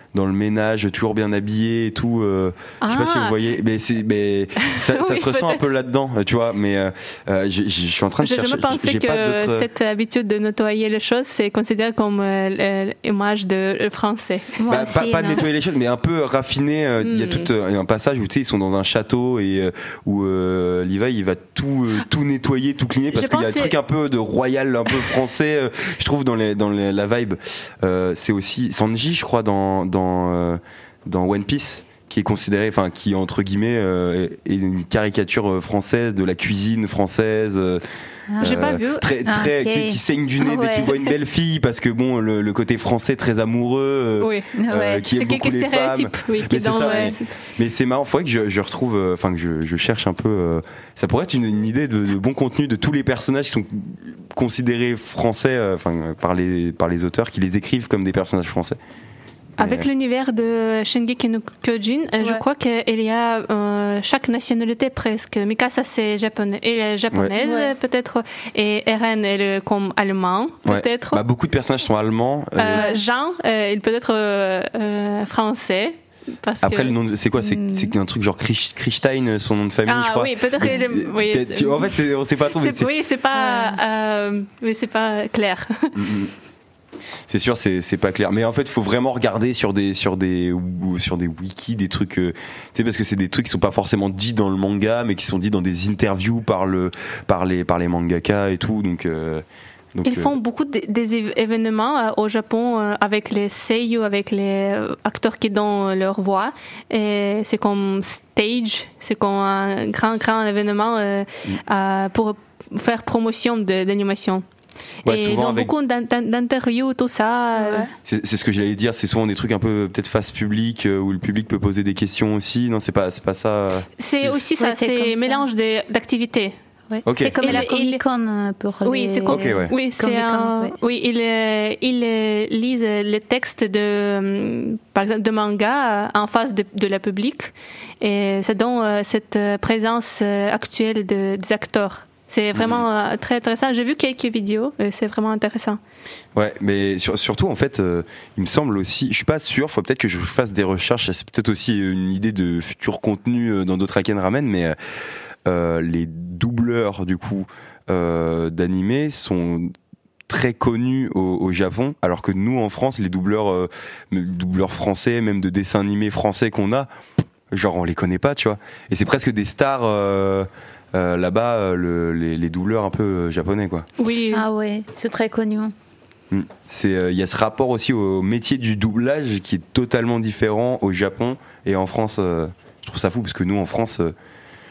dans le ménage, toujours bien habillé et tout. Euh, Ah. Je sais pas si vous voyez, mais c'est, mais ça, ça Oui, se ressent un peut-être. peu là-dedans, tu vois. Mais euh, euh, je, je suis en train de Je, je chercher. me pensais j'ai que pas d'autres. cette habitude de nettoyer les choses, c'est considéré comme euh, l'image de français. Moi Bah, aussi, pas, pas non. nettoyer les choses, mais un peu raffiné. euh, Il y a Mm. tout euh, un passage où tu sais ils sont dans un château et euh, où euh, Levi il va tout euh, tout nettoyer, tout cleaner parce Je qu'il y a un pensais- truc un peu de royal, un peu français. euh, je trouve dans les dans les, la vibe. Euh, c'est aussi Sanji, je crois, dans dans euh, dans One Piece, qui est considéré, enfin qui entre guillemets euh, est une caricature euh, française de la cuisine française. euh, Ah. J'ai pas vu. Très, Ah, très, ok. qui, qui saigne du nez dès Ouais. qu'il voit une belle fille parce que bon, le, le côté français très amoureux. euh, Oui. euh, Ouais. qui C'est aime beaucoup quelques les stéréotypes, femmes. oui, qui Mais c'est dans ça, ouais. ouais. Mais c'est marrant, faudrait que je, je retrouve, euh, enfin que je, je cherche un peu. euh, ça pourrait être une, une idée de, de bon contenu de tous les personnages qui sont considérés français, euh, enfin euh, par les par les auteurs qui les écrivent comme des personnages français. Avec Et, l'univers de Shingeki no Kyojin, euh, je Ouais. crois qu'il y a euh, chaque nationalité presque. Mikasa c'est japonais, elle est japonaise Ouais. peut-être, et Eren elle est comme allemand ouais. peut-être. Bah, beaucoup de personnages sont allemands. euh, Euh, Jean, euh, il peut être euh, euh, français. Parce Après que... le nom, de- c'est quoi C'est Hmm. c'est un truc genre Krish- Kristein, son nom de famille, je Ah crois. oui, peut-être. il est- oui, Peut-être- c'est- tu- en fait, c'est- on sait pas trop. mais c'est- c'est- oui, c'est pas, euh, mais c'est pas clair. Mm, mm. C'est sûr, c'est c'est pas clair. Mais en fait, il faut vraiment regarder sur des sur des ou- sur des wikis, des trucs. euh, tu sais, parce que c'est des trucs qui sont pas forcément dits dans le manga, mais qui sont dits dans des interviews par le par les par les mangaka et tout. Donc, euh, donc Ils euh, font beaucoup de- des év- événements euh, au Japon euh, avec les seiyuu, avec les euh, acteurs qui donnent leur voix. Et c'est comme stage, c'est comme un grand, grand événement euh, Mm. euh, pour faire promotion de l'animation. Ouais, et souvent dans avec- beaucoup d'in- d'in- d'interviews, tout ça. euh, Ouais. c'est c'est ce que j'allais dire. C'est souvent des trucs un peu peut-être face public euh, où le public peut poser des questions aussi. Non, c'est pas c'est pas ça. euh. C'est aussi ça, Ouais, c'est comme c'est ça. mélange de- d'activités. Ouais. Ok. C'est comme Et la le- Comic Con euh, pour Oui, les... c'est comme- Ok, ouais. Oui, c'est Comic-Con, un- ouais. oui, ils euh, ils euh, lisent les textes de, euh, par exemple, de manga euh, en face de, de la public, et ça donne euh, cette euh, présence euh, actuelle de, des acteurs. C'est vraiment euh, très intéressant. J'ai vu quelques vidéos, et c'est vraiment intéressant. Ouais, mais sur- surtout en fait, euh, il me semble aussi, je suis pas sûr, faut peut-être que je fasse des recherches, c'est peut-être aussi une idée de futur contenu euh, dans d'autres Aken Ramen, mais euh, euh, les doubleurs du coup euh, d'animés sont très connus au, au Japon, alors que nous en France, les doubleurs, euh, même doubleurs français, même de dessins animés français qu'on a, genre on les connaît pas, tu vois. Et c'est presque des stars euh, euh, là-bas, euh, le- les, les doubleurs un peu euh, japonais, quoi. Oui, Ah ouais, c'est très connu. Mm. C'est, euh, il y a ce rapport aussi au métier du doublage qui est totalement différent au Japon et en France. euh, je trouve ça fou parce que nous en France, euh,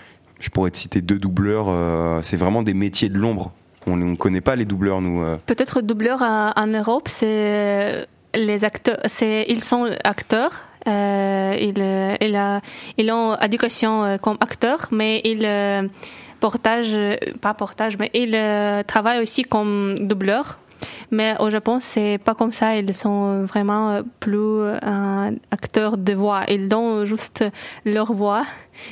je pourrais te citer deux doubleurs. euh, c'est vraiment des métiers de l'ombre. On ne connaît pas les doubleurs nous. euh. peut-être doubleur en, en Europe, c'est les acteurs, c'est ils sont acteurs. Euh, ils, euh, ils, a- ils ont éducation euh, comme acteurs, mais ils euh, portage, euh, pas portage, mais ils euh, travaillent aussi comme doubleurs. Mais au Japon, c'est pas comme ça. Ils sont vraiment euh, plus euh, acteurs de voix. Ils donnent juste leur voix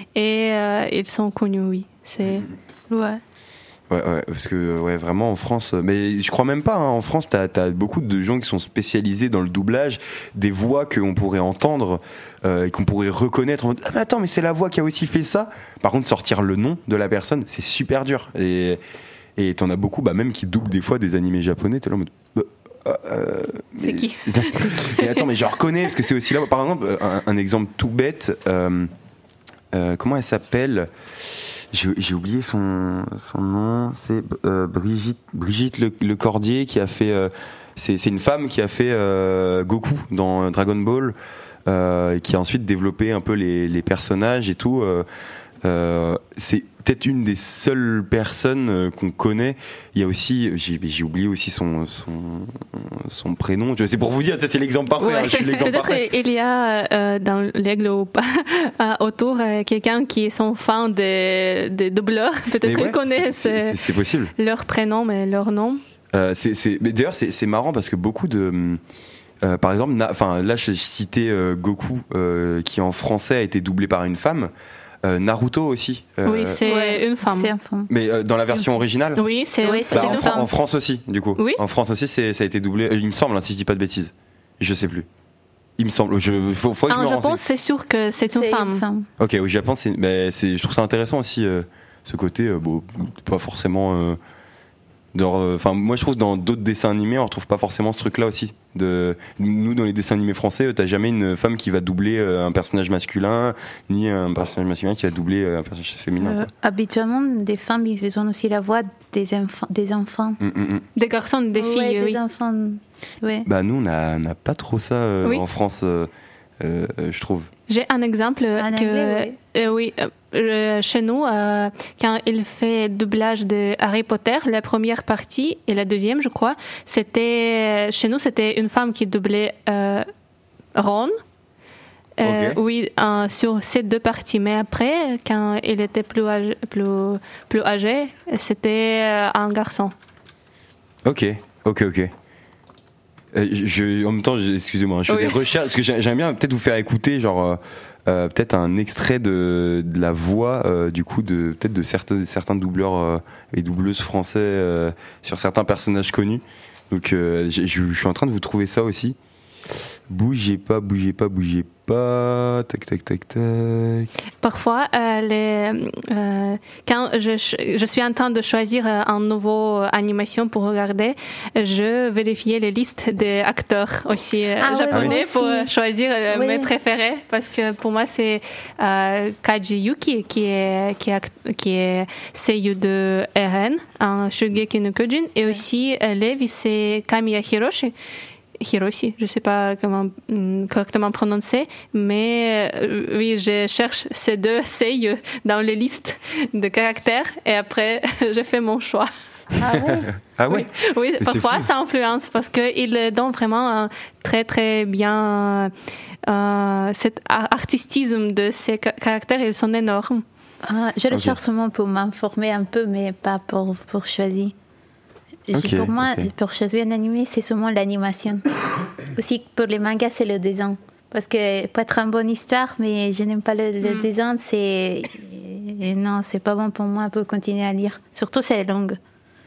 et euh, ils sont connus. Oui, c'est. Ouais. Ouais, ouais, parce que ouais, vraiment en France, mais je crois même pas. Hein, en France, t'as as beaucoup de gens qui sont spécialisés dans le doublage, des voix qu'on pourrait entendre euh, et qu'on pourrait reconnaître. En mode, ah mais attends, mais c'est la voix qui a aussi fait ça. Par contre, sortir le nom de la personne, c'est super dur. Et et t'en as beaucoup, bah même qui doublent des fois des animés japonais. T'es là en mode. Bah, euh, C'est mais- qui Et attends, mais je reconnais parce que c'est aussi là. Par exemple, un, un exemple tout bête. Euh, euh, comment elle s'appelle? J'ai j'ai oublié son, son nom, c'est euh, Brigitte, Brigitte le, le Cordier qui a fait. Euh, c'est c'est une femme qui a fait euh, Goku dans Dragon Ball euh, et qui a ensuite développé un peu les, les personnages et tout. Euh, euh, c'est peut-être une des seules personnes euh, qu'on connaît. Il y a aussi, j'ai j'ai oublié aussi son, son, son prénom. Tu vois, c'est pour vous dire, ça, c'est l'exemple parfait. hein, je suis l'exemple Peut-être parfait. il y a euh, dans l'aigle ou pas euh, autour euh, quelqu'un qui est son fan de, de doubleurs. Peut-être Mais qu'ils ouais, connaissent c'est- c'est- c'est possible. leur prénom, mais leur nom. Euh, c'est, c'est, mais d'ailleurs, c'est, c'est marrant parce que beaucoup de. Euh, par exemple, na- enfin, là, je citais euh, Goku, euh, qui en français a été doublé par une femme. Euh, Naruto aussi. Euh, oui, c'est Ouais, une femme. C'est un femme. Mais euh, dans la version originale. Oui, c'est Oui, c'est Bah, c'est en, une Fran- femme. en France aussi, du coup. Oui. En France aussi, c'est, ça a été doublé. euh, Il me semble, hein, si je dis pas de bêtises. Je sais plus. Il me semble. Je, faut, faut que je En me Japon, renseigne. c'est sûr que c'est une C'est femme. une femme. Ok, au Japon, c'est, mais c'est, je trouve ça intéressant aussi euh, ce côté, euh, bon, pas forcément. euh, Enfin, moi je trouve que dans d'autres dessins animés, on retrouve pas forcément ce truc-là aussi. De, nous, dans les dessins animés français, t'as jamais une femme qui va doubler euh, un personnage masculin, ni un personnage masculin qui va doubler euh, un personnage féminin. Euh, quoi. habituellement, des femmes, ils font aussi la voix des, enfants des enfants. Mm, mm, mm. Des garçons, des filles, Ouais, oui. des enfants. Ouais. Bah nous, on a, on a pas trop ça euh, Oui. en France, euh, euh, je trouve. J'ai un exemple En que anglais, euh, oui, euh, euh, chez nous, euh, quand il fait doublage de Harry Potter, la première partie et la deuxième, je crois, c'était chez nous, c'était une femme qui doublait euh, Ron. Euh, Ok. Oui, euh, sur ces deux parties. Mais après, quand il était plus âgé, plus, plus âgé c'était euh, un garçon. Ok, ok, ok. Euh, je, en même temps, je- excusez-moi, je fais Oui. des recherches parce que j'ai- j'aime bien peut-être vous faire écouter, genre euh, euh, peut-être un extrait de, de la voix, euh, du coup, de peut-être de certains certains doubleurs euh, et doubleuses français euh, sur certains personnages connus. Donc, euh, je, je- je suis en train de vous trouver ça aussi. Bougez pas, bougez pas, bougez pas. Tac, tac, tac, tac. Parfois, euh, les, euh, quand je, je suis en train de choisir euh, un nouveau animation pour regarder, je vérifiais les listes des acteurs aussi euh, Ah ouais, japonais moi pour aussi. choisir euh, Oui. mes préférés parce que pour moi c'est euh, Kaji Yuki qui est qui est, act- qui est seiyuu de Eren, un Shugeki no Kyojin, et aussi euh, Levi c'est Kamiya Hiroshi. Hiroshi, je sais pas comment hum, correctement prononcer, mais euh, oui, je cherche ces deux seiyuu dans les listes de caractères et après je fais mon choix. Ah ouais. Ah ouais. Oui, Mais c'est parfois fou. ça influence parce qu'ils donnent vraiment un très très bien euh, cet ar- artistisme de ces ca- caractères, ils sont énormes. Ah, je le Ok. cherche seulement pour m'informer un peu, mais pas pour, pour choisir. J'ai- Ok, pour moi, ok. pour choisir un animé, c'est seulement l'animation. Aussi, pour les mangas, c'est le dessin. Parce que peut être une bonne histoire, mais je n'aime pas le, le Mm. dessin, c'est. et non, c'est pas bon pour moi pour continuer à lire. Surtout, c'est longue.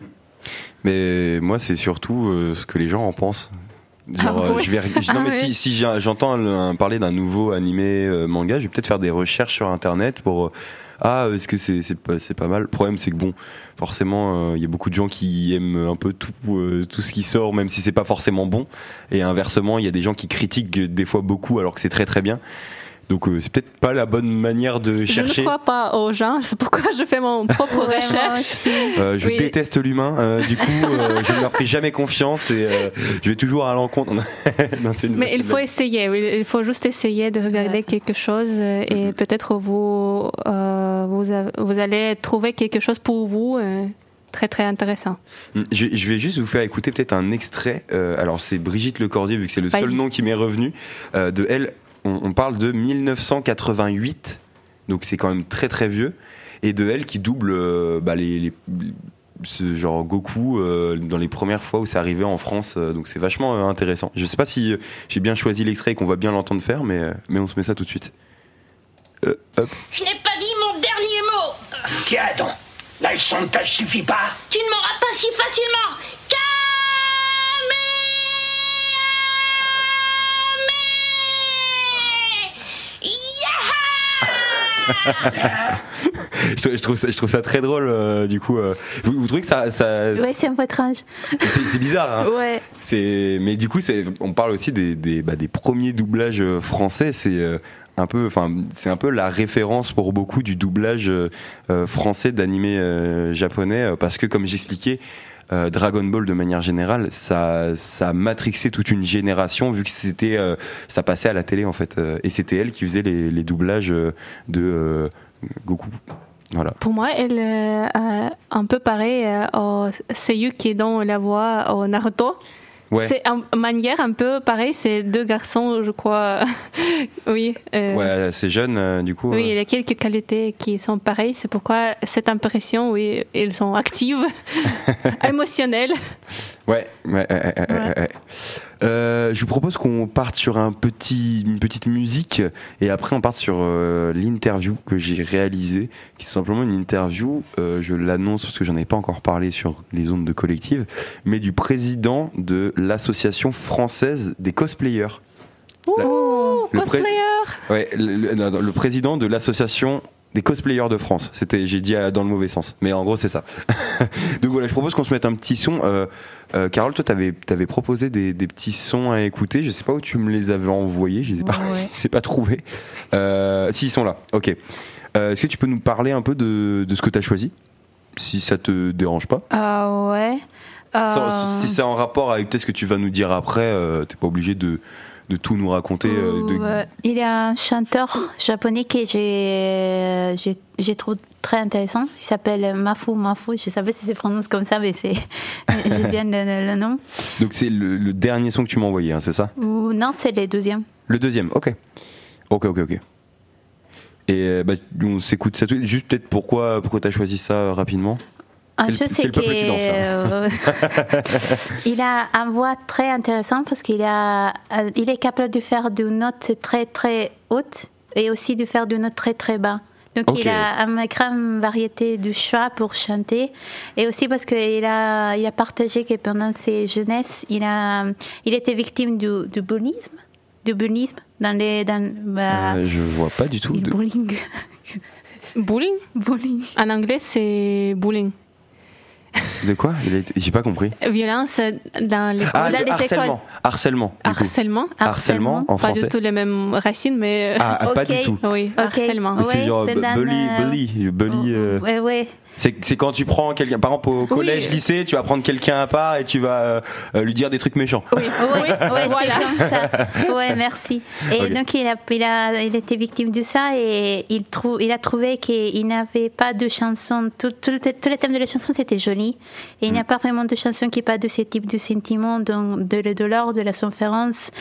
Mais moi, c'est surtout euh, ce que les gens en pensent. Genre, Ah euh, ouais. je vais, je- non Ah mais ouais. si, si j'ai- j'entends le- parler d'un nouveau animé euh, manga, je vais peut-être faire des recherches sur internet pour euh, ah est-ce que c'est c'est pas c'est pas mal. Le problème c'est que bon, forcément il y a beaucoup de gens qui aiment un peu tout euh, tout ce qui sort, même si c'est pas forcément bon. Et inversement, il y a des gens qui critiquent des fois beaucoup alors que c'est très très bien. Donc euh, c'est peut-être pas la bonne manière de Je chercher. ne crois pas aux gens, c'est pourquoi je fais mon propre Ouais, moi recherche. aussi. Euh, je Oui. déteste l'humain, euh, du coup, euh, je ne leur fais jamais confiance et euh, je vais toujours à l'encontre. Non, c'est une Mais blague, il c'est faut une essayer, oui, il faut juste essayer de regarder Ouais. quelque chose euh, et peut-être vous, euh, vous, a- vous allez trouver quelque chose pour vous euh, très très intéressant. blague. Je, je vais juste vous faire écouter peut-être un extrait. Euh, alors, c'est Brigitte Lecordier, vu que c'est le seul Vas-y. nom qui m'est revenu. Euh, de elle, on, on parle de mille neuf cent quatre-vingt-huit, donc c'est quand même très très vieux. Et de elle qui double euh, bah, les. les ce genre Goku euh, dans les premières fois où c'est arrivé en France, euh, donc c'est vachement euh, intéressant. Je sais pas si euh, j'ai bien choisi l'extrait et qu'on va bien l'entendre faire, mais, euh, mais on se met ça tout de suite. Euh, hop. Je n'ai pas dit mon dernier mot. Tiens donc, la leçon de tâche suffit pas. Tu ne m'auras pas si facilement. Kame Yaha je, trou- je trouve ça, je trouve ça très drôle, euh, du coup. euh, vous, vous trouvez que ça, ça Ouais, c'est un peu étrange. c'est, c'est bizarre, hein. Ouais. C'est, mais du coup, c'est, on parle aussi des, des, bah, des premiers doublages euh, français. C'est euh, un peu, enfin, c'est un peu la référence pour beaucoup du doublage euh, euh, français d'animé euh, japonais, euh, parce que comme j'expliquais. Euh, Dragon Ball de manière générale, ça, ça a matrixé toute une génération vu que c'était, euh, ça passait à la télé en fait, euh, et c'était elle qui faisait les, les doublages euh, de euh, Goku. Voilà. Pour moi, elle est euh, un peu pareil euh, au seiyuu qui donne la voix au Naruto. Ouais. C'est une manière un peu pareil, c'est deux garçons, je crois. oui. euh, Ouais, c'est jeune, euh, du coup. Oui, euh, il y a quelques qualités qui sont pareilles. C'est pourquoi cette impression, oui, elles sont actives, émotionnelles. Ouais, ouais, ouais, ouais, ouais, ouais, ouais. Euh, je vous propose qu'on parte sur un petit, une petite musique et après on parte sur euh, l'interview que j'ai réalisée, qui est simplement une interview, euh, je l'annonce parce que j'en ai pas encore parlé sur les ondes de collective, mais du président de l'association française des cosplayers. La- Ouh, le pré- cosplayer. Ouais, le, le- non, le président de l'association des cosplayers de France. C'était, j'ai dit euh, dans le mauvais sens, mais en gros c'est ça. Donc voilà, je propose qu'on se mette un petit son. Euh, euh, Carole, toi t'avais, t'avais proposé des, des petits sons à écouter. Je sais pas où tu me les avais envoyés, je les ai pas, Ouais. je les ai pas trouvés. Euh, si ils sont là, ok. Euh, est-ce que tu peux nous parler un peu de, de ce que t'as choisi, si ça te dérange pas? Ah ouais. Sans- Euh, Si c'est en rapport avec peut-être ce que tu vas nous dire après, euh, t'es pas obligé de, de tout nous raconter. euh, de... ouais. Il y a un chanteur japonais que j'ai, j'ai, j'ai trouvé très intéressant. Il s'appelle Mafu Mafu. Je sais pas si c'est prononcé comme ça, mais c'est, j'ai bien le, le nom. Donc c'est le, le dernier son que tu m'as envoyé, hein, c'est ça? Ou non, c'est le deuxième. Le deuxième, ok. Ok, ok, ok. Et euh, bah, on s'écoute ça tout de suite. Juste peut-être pourquoi, pourquoi t'as choisi ça euh, rapidement? Un C'est le- chose, c'est c'est le peuple qui danse, là. que il a une voix très intéressante parce qu'il a, il est capable de faire des notes très très hautes et aussi de faire des notes très très bas. Donc Ok. il a une grande variété de choix pour chanter et aussi parce qu'il a, il a partagé que pendant ses jeunesses, il a, il était victime du, du bullisme, du bullisme dans les, dans, bah, Euh, je vois pas du tout. le De... bullying, Bullying. bullying. En anglais, c'est bullying. de quoi? Il a été- J'ai pas compris. Violence dans les Ah, dans de les harcèlement. écoles. Harcèlement. du coup. harcèlement. Harcèlement en Pas français. du tout les mêmes racines, mais Ah, ah, pas Ok. du tout. oui, Ok. harcèlement. Mais c'est Ouais, genre c'est bu- dans, bully, euh, bully, bully. euh, Ouais, ouais. C'est, c'est quand tu prends quelqu'un, par exemple au collège, Oui. lycée, tu vas prendre quelqu'un à part et tu vas euh, euh, lui dire des trucs méchants. Oui, Oui, ouais, voilà. c'est comme ça. Ouais, merci. Et Ok. donc il a, il a, il était victime de ça et il trouve, il a trouvé qu'il n'avait pas de chansons. Tout, tout le- tous les thèmes de la chanson c'était joli. Et il n'y a pas vraiment de chansons qui parlent de ce type de sentiments, donc de la douleur, de la souffrance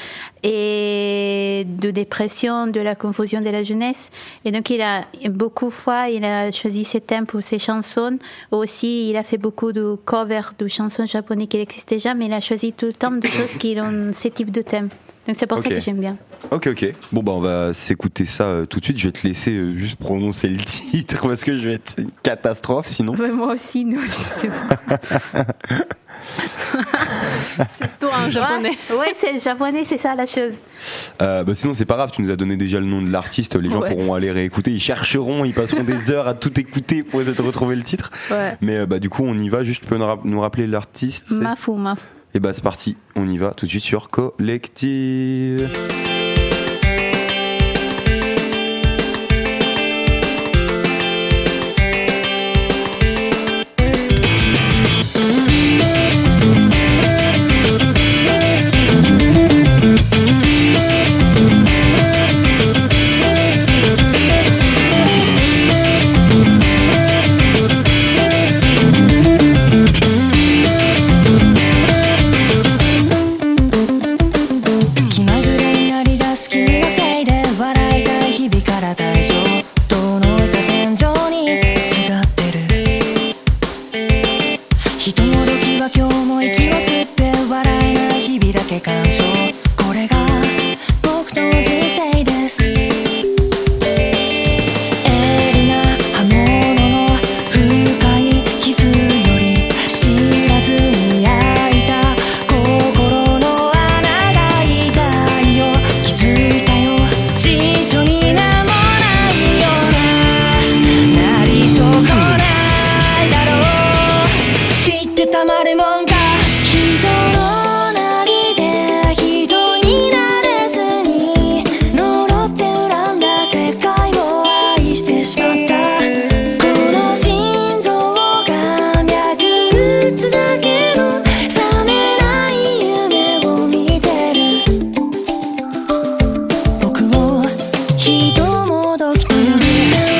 et de dépression, de la confusion de la jeunesse. Et donc il a beaucoup de fois, il a choisi ces thèmes pour ses chansons. Aussi, il a fait beaucoup de covers de chansons japonaises qui n'existaient déjà, mais il a choisi tout le temps de choses qui ont ce type de thème. Donc c'est pour Ok. ça que j'aime bien. Ok, ok. Bon, bah, on va s'écouter ça euh, tout de suite. Je vais te laisser euh, juste prononcer le titre parce que je vais être une catastrophe sinon. Ouais, moi aussi, non, je sais pas. c'est tout en japonais. Ouais, ouais, c'est japonais, c'est ça la chose. Euh, bah, sinon, c'est pas grave. Tu nous as donné déjà le nom de l'artiste. Les gens Ouais. pourront aller réécouter. Ils chercheront. Ils passeront des heures à tout écouter pour essayer de retrouver le titre. Ouais. Mais euh, bah, du coup, on y va. Juste, tu peux nous rap- nous rappeler l'artiste. c'est- Mafu, Mafu. Et bah, c'est parti. On y va tout de suite sur Collective. 気まぐれになりだす君のせいで笑いたい日々から対象遠のいた天井にすがってる人もどきは今日も息を吸って笑えない日々だけ干渉これが僕の人生です鋭利な刃物の深い傷より知らずに焼いた心の穴が痛いよ気づいたよ辞書に名もないようななり損ないだろう知ってたまるもんか人のなりで人になれずに呪って恨んだ世界を愛してしまったこの心臓が脈打つだけの覚めない夢を見てる僕を人もどきと呼ぶ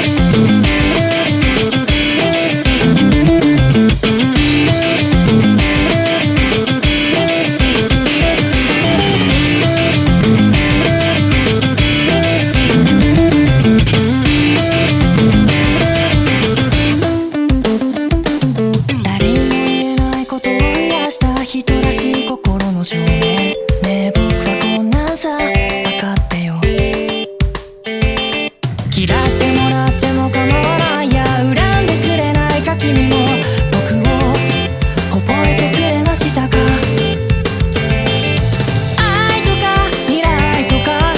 誰にも言えないことを増やした人らしい心の証明ねえ僕はこんなんさ分かってよ嫌ってもらっても構わないや恨んでくれないか君も僕を覚えてくれましたか愛とか未来とか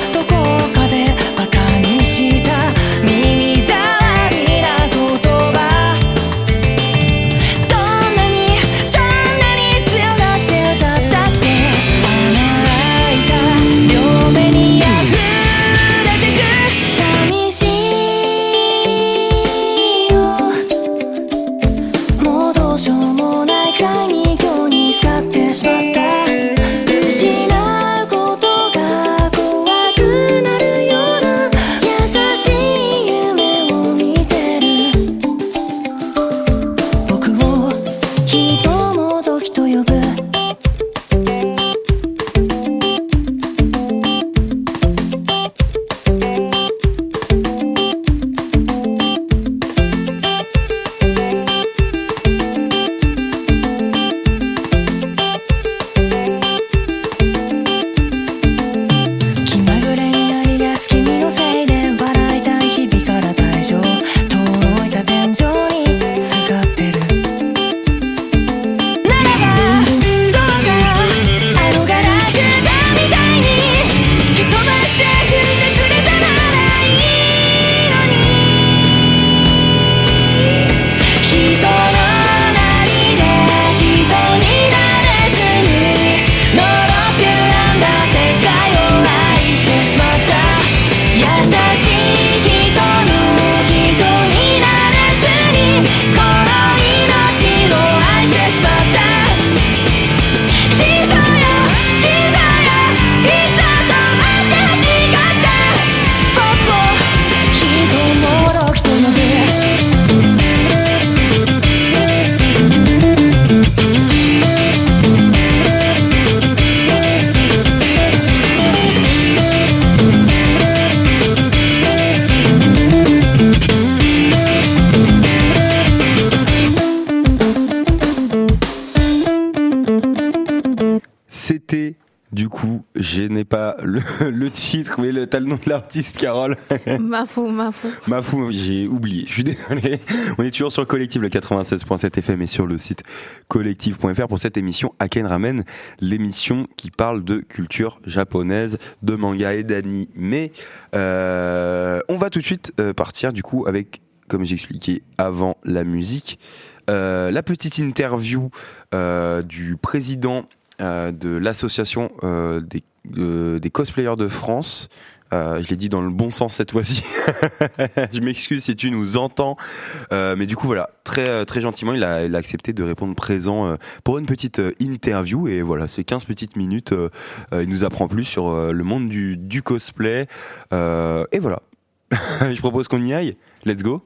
C'était, du coup, je n'ai pas le, le titre, mais le, t'as le nom de l'artiste, Carole. Mafou, Mafou. Mafou, j'ai oublié, je suis désolé. On est toujours sur Collective, le quatre-vingt-seize point sept F M et sur le site collective point f r pour cette émission Aken Ramen, l'émission qui parle de culture japonaise, de manga et d'anime. Euh, on va tout de suite euh, partir, du coup, avec, comme j'expliquais avant la musique, euh, la petite interview euh, du président Euh, de l'association euh, des, euh, des cosplayers de France. Euh, je l'ai dit dans le bon sens cette fois-ci. Je m'excuse si tu nous entends. Euh, mais du coup, voilà, très, très gentiment, il a, il a accepté de répondre présent euh, pour une petite euh, interview. Et voilà, c'est quinze petites minutes. Euh, euh, il nous apprend plus sur euh, le monde du, du cosplay. Euh, et voilà. Je propose qu'on y aille. Let's go.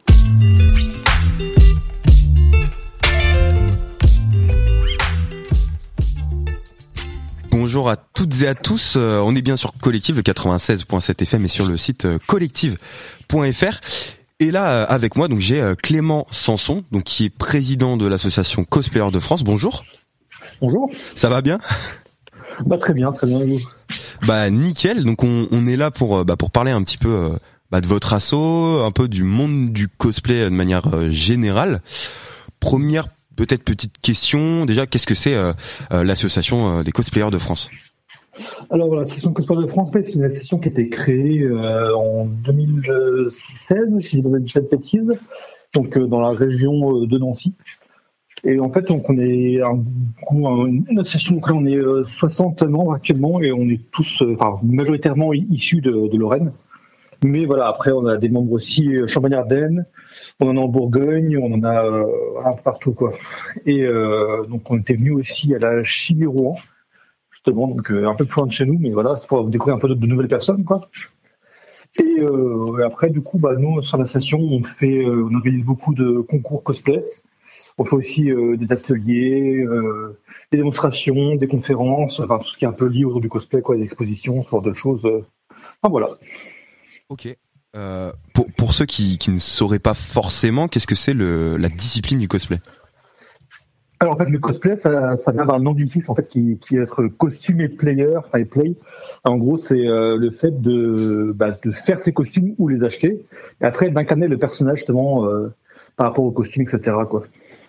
Bonjour à toutes et à tous, euh, on est bien sur Collective, le quatre-vingt-seize point sept F M et sur le site euh, collective point f r. Et là, euh, avec moi, donc j'ai euh, Clément Sanson, donc qui est président de l'association Cosplayers de France. Bonjour. Bonjour. Ça va bien ? Bah très bien, très bien. Et vous ? Bah nickel. Donc on, on est là pour euh, bah, pour parler un petit peu euh, bah, de votre asso, un peu du monde du cosplay euh, de manière euh, générale. Première peut-être petite question, déjà, qu'est-ce que c'est euh, euh, l'association euh, des cosplayers de France ? Alors voilà, l'association Cosplayers de France, c'est une association qui a été créée euh, en deux mille seize, si je ne dis pas de bêtises, donc euh, dans la région euh, de Nancy. Et en fait, donc, on est un, un, une association, donc là, on est euh, soixante membres actuellement et on est tous, euh, enfin majoritairement issus de, de Lorraine. Mais voilà, après, on a des membres aussi euh, Champagne-Ardenne, on en a en Bourgogne, on en a euh, un peu partout, quoi. Et euh, donc, on était venus aussi à la Chimie Rouen, justement, donc euh, un peu plus loin de chez nous, mais voilà, c'est pour découvrir un peu de, de nouvelles personnes, quoi. Et euh, après, du coup, bah, nous, sur l'association, on fait, euh, on organise beaucoup de concours cosplay. On fait aussi euh, des ateliers, euh, des démonstrations, des conférences, enfin, tout ce qui est un peu lié autour du cosplay, quoi, des expositions, ce genre de choses. Euh. Enfin, voilà. Ok. Euh, pour, pour ceux qui, qui ne sauraient pas forcément, qu'est-ce que c'est le, la discipline du cosplay ? Alors en fait, le cosplay, ça, ça vient d'un anglicisme en fait qui, qui est être costume et player, enfin et play. En gros, c'est euh, le fait de, bah, de faire ses costumes ou les acheter, et après d'incarner le personnage justement euh, par rapport aux costumes, et cetera quoi.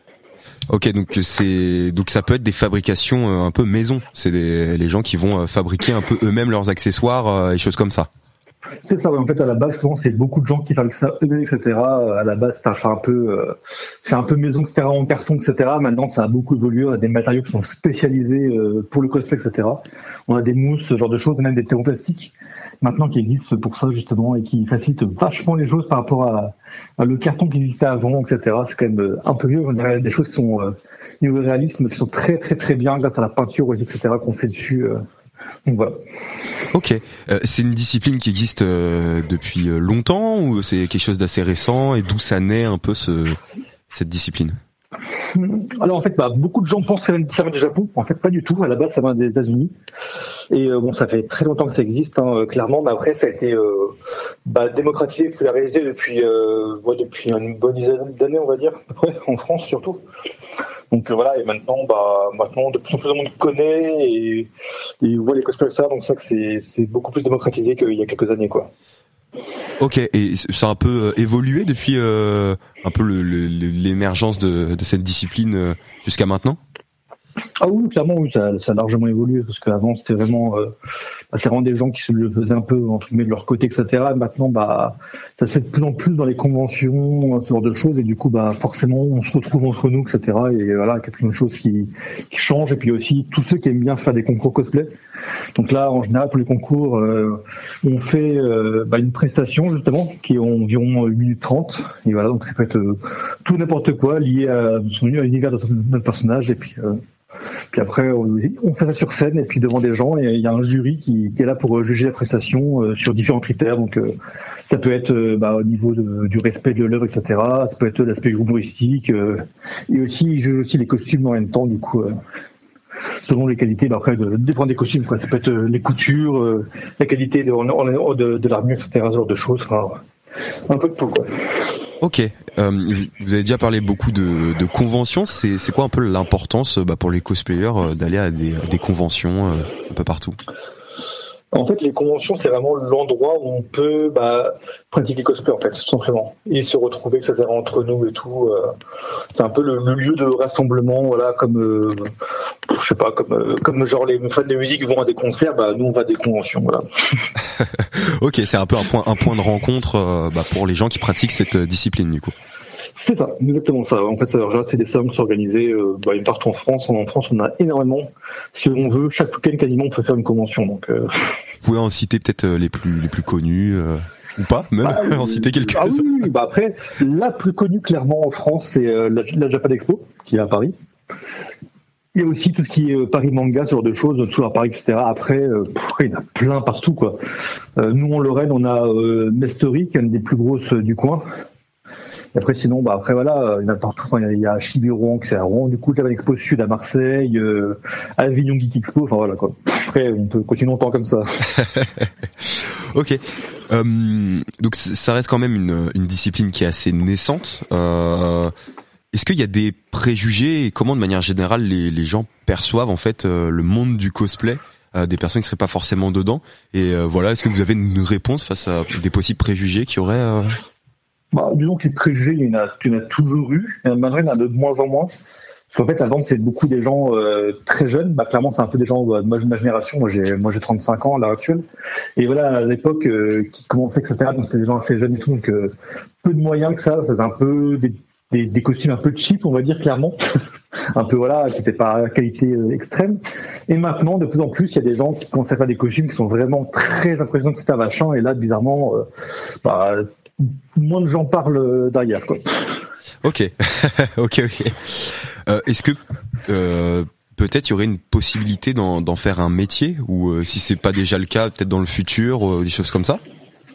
Ok, donc c'est donc ça peut être des fabrications euh, un peu maison. C'est des, les gens qui vont euh, fabriquer un peu eux-mêmes leurs accessoires euh, et choses comme ça. C'est ça, en fait, à la base, souvent, c'est beaucoup de gens qui fabriquent ça eux-mêmes, et cetera. À la base, c'est un peu, euh, c'est un peu maison, et cetera, en carton, et cetera. Maintenant, ça a beaucoup évolué. On a des matériaux qui sont spécialisés euh, pour le cosplay, et cetera. On a des mousses, ce genre de choses, même des thermoplastiques, maintenant, qui existent pour ça, justement, et qui facilitent vachement les choses par rapport à, à le carton qui existait avant, et cetera. C'est quand même un peu mieux. On a des choses qui sont, euh, niveau réalisme, qui sont très, très, très bien grâce à la peinture, et cetera, qu'on fait dessus. Euh. Donc voilà. Ok, euh, c'est une discipline qui existe euh, depuis longtemps ou c'est quelque chose d'assez récent et d'où ça naît un peu ce, cette discipline ? Alors en fait, bah, beaucoup de gens pensent que ça vient du Japon. En fait, pas du tout. À la base, ça vient des États-Unis. Et euh, bon, ça fait très longtemps que ça existe, hein, clairement. Mais après, ça a été euh, bah, démocratisé, popularisé depuis euh, ouais, depuis une bonne dizaine d'années, on va dire, à peu près, en France surtout. Donc euh, voilà, et maintenant, bah, maintenant, de plus en plus de monde connaît et, et voit les cosplays ça. Donc ça, que c'est, c'est beaucoup plus démocratisé qu'il y a quelques années, quoi. Ok, et ça a un peu évolué depuis euh, un peu le, le, l'émergence de, de cette discipline euh, jusqu'à maintenant ? Ah oui, clairement, oui, ça, ça a largement évolué, parce qu'avant, c'était vraiment, euh, bah, c'est vraiment des gens qui se le faisaient un peu, entre guillemets, de leur côté, et cetera. Et maintenant, bah, ça se fait de plus en plus dans les conventions, ce genre de choses, et du coup, bah, forcément, on se retrouve entre nous, et cetera. Et voilà, il y a plein de choses qui, qui changent, et puis aussi, tous ceux qui aiment bien faire des concours cosplay. Donc là, en général, pour les concours, euh, on fait euh, bah, une prestation, justement, qui est environ une minute trente. Et voilà, donc ça peut être euh, tout n'importe quoi lié à, son, à l'univers de notre personnage, et puis... Euh, Puis après, on fait ça sur scène et puis devant des gens, et il y a un jury qui, qui est là pour juger la prestation euh, sur différents critères. Donc, euh, ça peut être euh, bah, au niveau de, du respect de l'œuvre, et cetera. Ça peut être l'aspect humoristique, euh, et aussi ils jugent aussi les costumes en même temps. Du coup, euh, selon les qualités, bah, après, de, dépend des costumes, quoi. Ça peut être euh, les coutures, euh, la qualité de, de, de l'armure, et cetera. Ce genre de choses. Enfin, un peu de tout, quoi. Ok, euh, vous avez déjà parlé beaucoup de, de conventions. C'est, c'est quoi un peu l'importance bah, pour les cosplayers euh, d'aller à des, des conventions euh, un peu partout? En fait, les conventions, c'est vraiment l'endroit où on peut bah, pratiquer cosplay, en fait, tout simplement, et se retrouver, et cetera, entre nous et tout. Euh, c'est un peu le, le lieu de rassemblement, voilà, comme, euh, je sais pas, comme, euh, comme genre les fans de musique vont à des concerts, bah nous on va à des conventions, voilà. Ok, c'est un peu un point, un point de rencontre euh, bah, pour les gens qui pratiquent cette discipline, du coup. C'est ça, exactement ça. En fait, alors, c'est des salons qui sont organisés euh, bah, partout en France. En France, on a énormément. Si on veut, chaque week-end quasiment, on peut faire une convention. Donc, euh... vous pouvez en citer peut-être les plus les plus connus euh, ou pas, même bah, en citer quelques-uns. Ah oui, oui, bah après, la plus connue clairement en France, c'est euh, la, la Japan Expo qui est à Paris. Il y a aussi tout ce qui est euh, Paris Manga, ce genre de choses, toujours à Paris, et cetera. Après, euh, pff, il y en a plein partout, quoi. Euh, nous, en Lorraine, on a euh, Mestory, qui est une des plus grosses euh, du coin. Et après, sinon, bah après voilà, il y en a partout. Enfin, il y a Chibi-Rouen, qui c'est à Rouen, du coup, Japan Expo Sud à Marseille, euh, Avignon Geek Expo. Enfin voilà quoi. Après, on peut continuer longtemps comme ça. Ok. Euh, donc ça reste quand même une, une discipline qui est assez naissante. Euh, est-ce qu'il y a des préjugés et comment, de manière générale, les, les gens perçoivent en fait euh, le monde du cosplay, euh, des personnes qui seraient pas forcément dedans? Et euh, voilà, est-ce que vous avez une réponse face à des possibles préjugés qui auraient euh... Bah, disons que les préjugés, il y en a, il y en a toujours eu. Et malgré, il y en a de moins en moins. Parce qu'en fait, avant, c'est beaucoup des gens euh, très jeunes. Bah, clairement, c'est un peu des gens bah, de ma, ma génération. Moi, j'ai, moi, j'ai trente-cinq ans à l'heure actuelle. Et voilà, à l'époque, euh, qui commençaient, et cetera. Donc, c'était des gens assez jeunes et tout. Donc, euh, peu de moyens que ça. C'était un peu des, des, des costumes un peu cheap, on va dire, clairement. un peu, voilà, qui n'étaient pas à qualité euh, extrême. Et maintenant, de plus en plus, il y a des gens qui commencent à faire des costumes qui sont vraiment très impressionnants, que c'est un machin. Et là, bizarrement, euh, bah, moins de gens parlent derrière, quoi. Ok, ok, ok. Euh, est-ce que euh, peut-être il y aurait une possibilité d'en, d'en faire un métier, ou euh, si c'est pas déjà le cas, peut-être dans le futur, euh, des choses comme ça?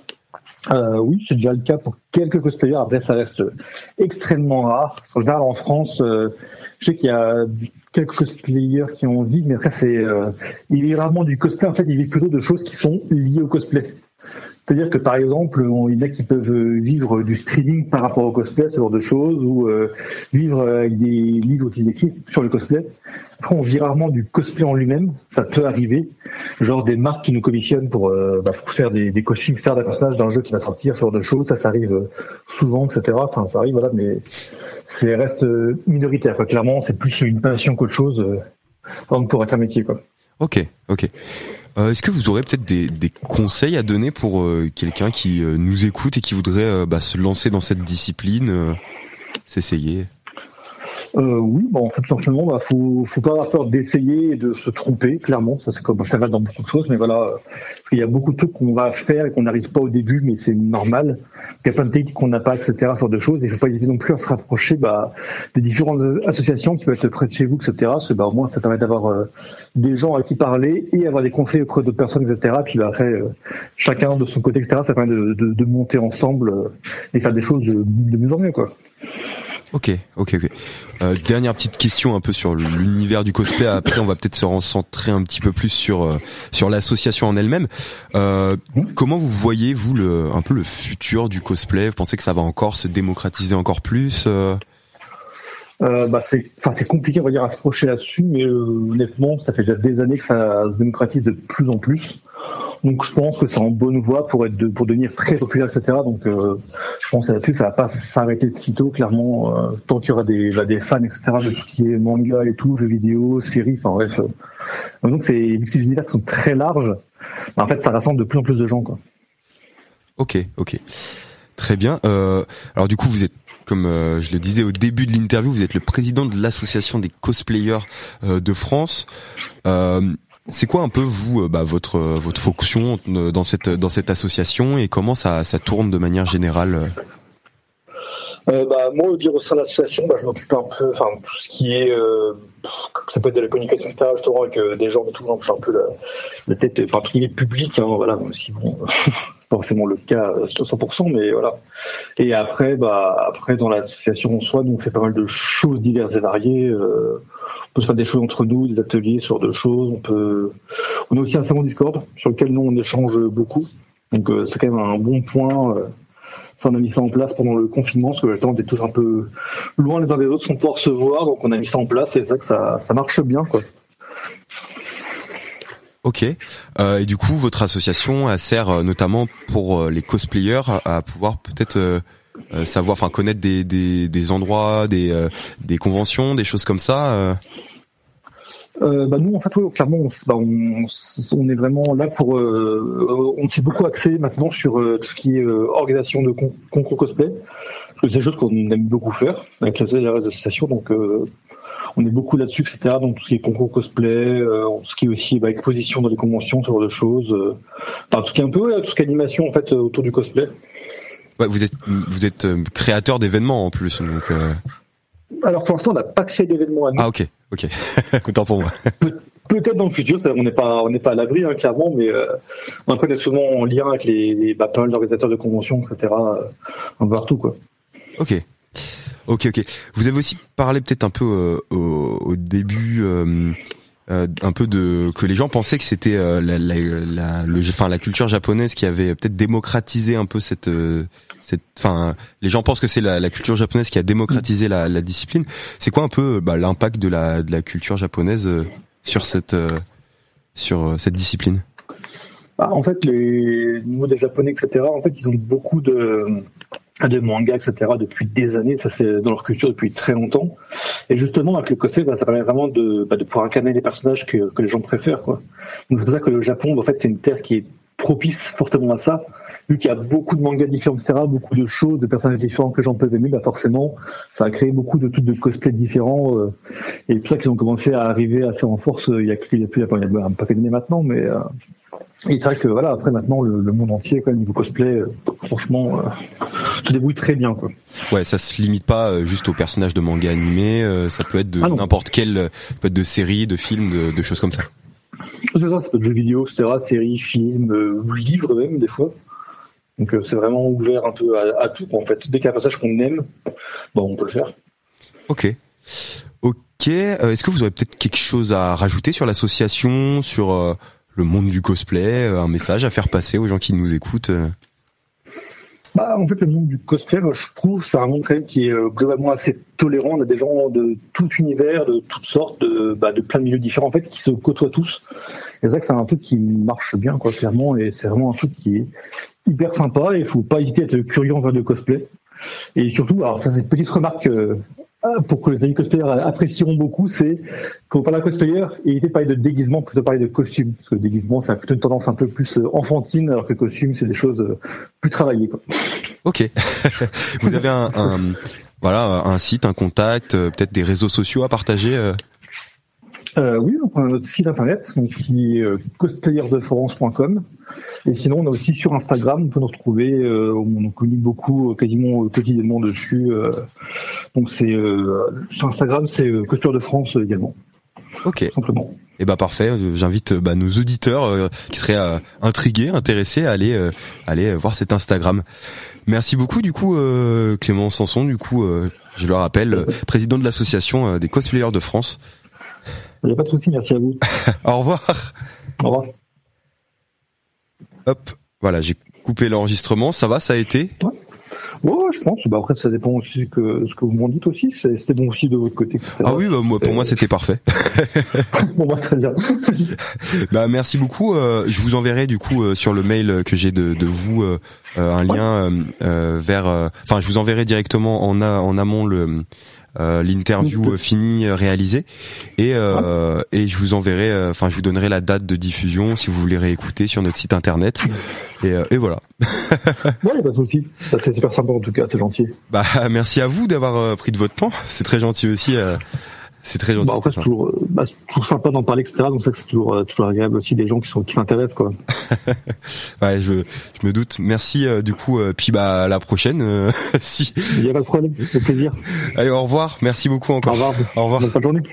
Euh, oui, c'est déjà le cas pour quelques cosplayers. Après, ça reste extrêmement rare. En général, en France, euh, je sais qu'il y a quelques cosplayers qui en vivent, mais après, c'est euh, il y a rarement du cosplay. En fait, ils vivent plutôt de choses qui sont liées au cosplay. C'est-à-dire que par exemple, il y en a qui peuvent vivre du streaming par rapport au cosplay, ce genre de choses, ou euh, vivre avec des livres qu'ils écrivent sur le cosplay. Après, on vit rarement du cosplay en lui-même, ça peut arriver. Genre des marques qui nous commissionnent pour, euh, bah, pour faire des, des costumes, faire des personnages d'un jeu qui va sortir, ce genre de choses, ça, ça arrive souvent, et cetera. Enfin, ça arrive, voilà, mais c'est reste minoritaire, quoi. Clairement, c'est plus une passion qu'autre chose, euh, pour être un métier, quoi. Ok, ok. Euh, est-ce que vous aurez peut-être des, des conseils à donner pour euh, quelqu'un qui euh, nous écoute et qui voudrait euh, bah, se lancer dans cette discipline, euh, s'essayer? Euh, oui, bon, en fait, tout simplement, bah, faut, faut pas avoir peur d'essayer et de se tromper, clairement. Ça, c'est comme ça va dans beaucoup de choses, mais voilà, il y a beaucoup de trucs qu'on va faire et qu'on n'arrive pas au début, mais c'est normal. Il y a plein de techniques qu'on n'a pas, et cetera, ce genre de choses. Et il faut pas hésiter non plus à se rapprocher, bah, des différentes associations qui peuvent être près de chez vous, et cetera. Parce que, bah, au moins, ça permet d'avoir euh, des gens à qui parler et avoir des conseils auprès d'autres personnes, et cetera. Puis, bah, après, euh, chacun de son côté, et cetera. Ça permet de, de, de monter ensemble euh, et faire des choses de, de mieux en mieux, quoi. Ok, ok, ok. Euh, dernière petite question un peu sur l'univers du cosplay. Après, on va peut-être se recentrer un petit peu plus sur euh, sur l'association en elle-même. Euh, mmh. Comment vous voyez vous le un peu le futur du cosplay? Vous pensez que ça va encore se démocratiser encore plus? euh... Euh, bah c'est, enfin c'est compliqué on va dire à se projeter là-dessus, mais euh, honnêtement, ça fait déjà des années que ça se démocratise de plus en plus. Donc je pense que c'est en bonne voie pour être de, pour devenir très populaire, et cetera. Donc euh, je pense que là-dessus ça va pas s'arrêter de sitôt, clairement, euh, tant qu'il y aura des, bah, des fans, et cetera. De tout ce qui est manga et tout, jeux vidéo, séries, enfin bref. Euh. Donc c'est vu que ces univers qui sont très larges, bah, en fait ça rassemble de plus en plus de gens, quoi. Ok, ok, très bien. Euh, alors du coup vous êtes, comme euh, je le disais au début de l'interview, vous êtes le président de l'association des cosplayers euh, de France. Euh, C'est quoi un peu vous, bah, votre votre fonction dans cette dans cette association et comment ça ça tourne de manière générale? Euh, bah, moi, au dire au sein de l'association, bah, je m'occupe un peu, enfin, tout ce qui est, euh, ça peut être de la communication, et cetera, justement, avec euh, des gens et tout, je suis un peu la, la tête, enfin, tout ce qui est public, hein, voilà, même si bon, pas forcément le cas à cent pour cent, mais voilà. Et après, bah, après, dans l'association en soi, nous, on fait pas mal de choses diverses et variées, euh, on peut se faire des choses entre nous, des ateliers, ce genre de choses, on peut, on a aussi un salon Discord, sur lequel nous, on échange beaucoup, donc, euh, c'est quand même un bon point, euh, Ça, on a mis ça en place pendant le confinement, parce que le temps on était tous un peu loin les uns des autres sans pouvoir se voir, donc on a mis ça en place et c'est ça que ça, ça marche bien, quoi. Ok. Euh, et du coup, votre association elle sert euh, notamment pour euh, les cosplayers à, à pouvoir peut-être euh, euh, savoir, enfin connaître des, des, des endroits, des, euh, des conventions, des choses comme ça. Euh. Euh, bah nous en fait ouais, clairement on, bah, on, on est vraiment là pour euh, on s'est beaucoup axé maintenant sur euh, tout ce qui est euh, organisation de con- concours cosplay, parce que c'est des choses qu'on aime beaucoup faire avec la les associations, donc euh, on est beaucoup là-dessus, etc. Donc tout ce qui est concours cosplay, euh, tout ce qui est aussi bah, exposition dans les conventions, ce genre de choses, euh, enfin tout ce qui est un peu ouais, tout ce qui est animation en fait euh, autour du cosplay. Ouais, vous êtes vous êtes euh, créateur d'événements en plus, donc. Euh... Alors pour l'instant on n'a pas créé d'événements à nous. Ah ok, ok. Autant pour moi. Pe- peut-être dans le futur, ça, on n'est pas on n'est pas à l'abri hein, clairement, mais euh, on est souvent en lien avec les, les bah, pas mal d'organisateurs de conventions, et cetera. Euh, un peu partout quoi. Ok. Ok, ok. Vous avez aussi parlé peut-être un peu euh, au, au début, euh, euh, un peu de que les gens pensaient que c'était euh, la, la, la, le, enfin la culture japonaise qui avait peut-être démocratisé un peu cette, euh, cette, enfin les gens pensent que c'est la, la culture japonaise qui a démocratisé la, la discipline. C'est quoi un peu bah, l'impact de la, de la culture japonaise euh, sur cette, euh, sur euh, cette discipline? Bah, en fait, les niveau des Japonais, et cetera. En fait, ils ont beaucoup de de mangas, et cetera depuis des années, ça c'est dans leur culture depuis très longtemps. Et justement, avec le cosplay, bah, ça permet vraiment de, bah, de pouvoir incarner les personnages que, que les gens préfèrent, quoi. Donc c'est pour ça que le Japon, en fait, c'est une terre qui est propice fortement à ça. Vu qu'il y a beaucoup de mangas différents, et cetera, beaucoup de choses, de personnages différents que les gens peuvent aimer, bah forcément, ça a créé beaucoup de trucs de cosplay différents. Euh, et tout ça qu'ils ont commencé à arriver assez en force. Il y a, il y a plus, il y a un paquet d'années maintenant, mais euh, et c'est vrai que voilà, après maintenant le, le monde entier, quand même, niveau cosplay, euh, franchement, euh, se débrouille très bien, quoi. Ouais, ça se limite pas euh, juste aux personnages de manga animés. Euh, ça peut être de Ah non. n'importe quel, euh, peut être de séries, de films, de, de choses comme ça. C'est ça, ça peut être jeux vidéo, et cetera, séries, films, euh, livres même des fois. Donc euh, c'est vraiment ouvert un peu à, à tout, en fait. Dès qu'il y a un passage qu'on aime, bon, on peut le faire. Ok. Ok. Euh, est-ce que vous aurez peut-être quelque chose à rajouter sur l'association, sur euh, le monde du cosplay, euh, un message à faire passer aux gens qui nous écoutent euh Bah, en fait, le monde du cosplay, moi, je trouve, c'est un monde quand même qui est euh, globalement assez tolérant. On a des gens de tout univers, de toutes sortes, de, bah, de plein de milieux différents, en fait, qui se côtoient tous. Et c'est vrai que c'est un truc qui marche bien, quoi, clairement, et c'est vraiment un truc qui est hyper sympa, et il faut pas hésiter à être curieux envers le cosplay. Et surtout, alors, ça, c'est une petite remarque, euh, pour que les amis cosplayers apprécieront beaucoup, c'est quand on parle d'un cosplayer, évitez de parler de déguisement, plutôt parler de costume. Parce que le déguisement, ça a plutôt une tendance un peu plus enfantine, alors que le costume, c'est des choses plus travaillées, quoi. Ok. Vous avez un, un, voilà, un site, un contact, euh, peut-être des réseaux sociaux à partager euh Euh, oui, donc on a notre site internet donc, qui est euh, cosplayer de france point com, et sinon on a aussi sur Instagram, on peut nous retrouver, euh, on communique beaucoup, euh, quasiment euh, quotidiennement dessus, euh, donc c'est euh, sur Instagram c'est euh, Cosplayer de France euh, également. Ok. Tout simplement. Et bah parfait, j'invite bah, nos auditeurs euh, qui seraient euh, intrigués, intéressés à aller euh, aller voir cet Instagram. Merci beaucoup du coup euh, Clément Sanson, du coup euh, je le rappelle, euh, président de l'association euh, des cosplayers de France. Il n'y a pas de souci, merci à vous. Au revoir. Au revoir. Hop, voilà, j'ai coupé l'enregistrement, ça va, ça a été Ouais. Ouais, je pense. Bah après, ça dépend aussi que ce que vous m'en dites aussi. C'est- C'était bon aussi de votre côté, et cetera. Ah oui, bah, moi, pour moi c'était parfait. Bon, bah, très bien. Bah merci beaucoup. Euh, je vous enverrai du coup euh, sur le mail que j'ai de, de vous euh, euh, un lien euh, euh, vers. Enfin, euh, je vous enverrai directement en, a, en amont le euh, l'interview finie euh, réalisée et euh, et je vous enverrai. Enfin, je vous donnerai la date de diffusion si vous voulez réécouter sur notre site internet. Et, euh, et voilà. Ouais, y a pas de souci. Ça, c'est super sympa en tout cas, c'est gentil. Bah merci à vous d'avoir euh, pris de votre temps. C'est très gentil aussi. Euh, c'est très gentil. Bah, après, c'est toujours, euh, bah, c'est toujours sympa d'en parler, et cetera. Donc, c'est que c'est toujours, euh, toujours agréable aussi des gens qui sont, qui s'intéressent, quoi. Ouais, je, je me doute. Merci, euh, du coup, euh, puis bah, à la prochaine, euh, si. Il n'y a pas de problème, c'est plaisir. Allez, au revoir. Merci beaucoup encore. Au revoir. Au revoir. Bonne fin de journée.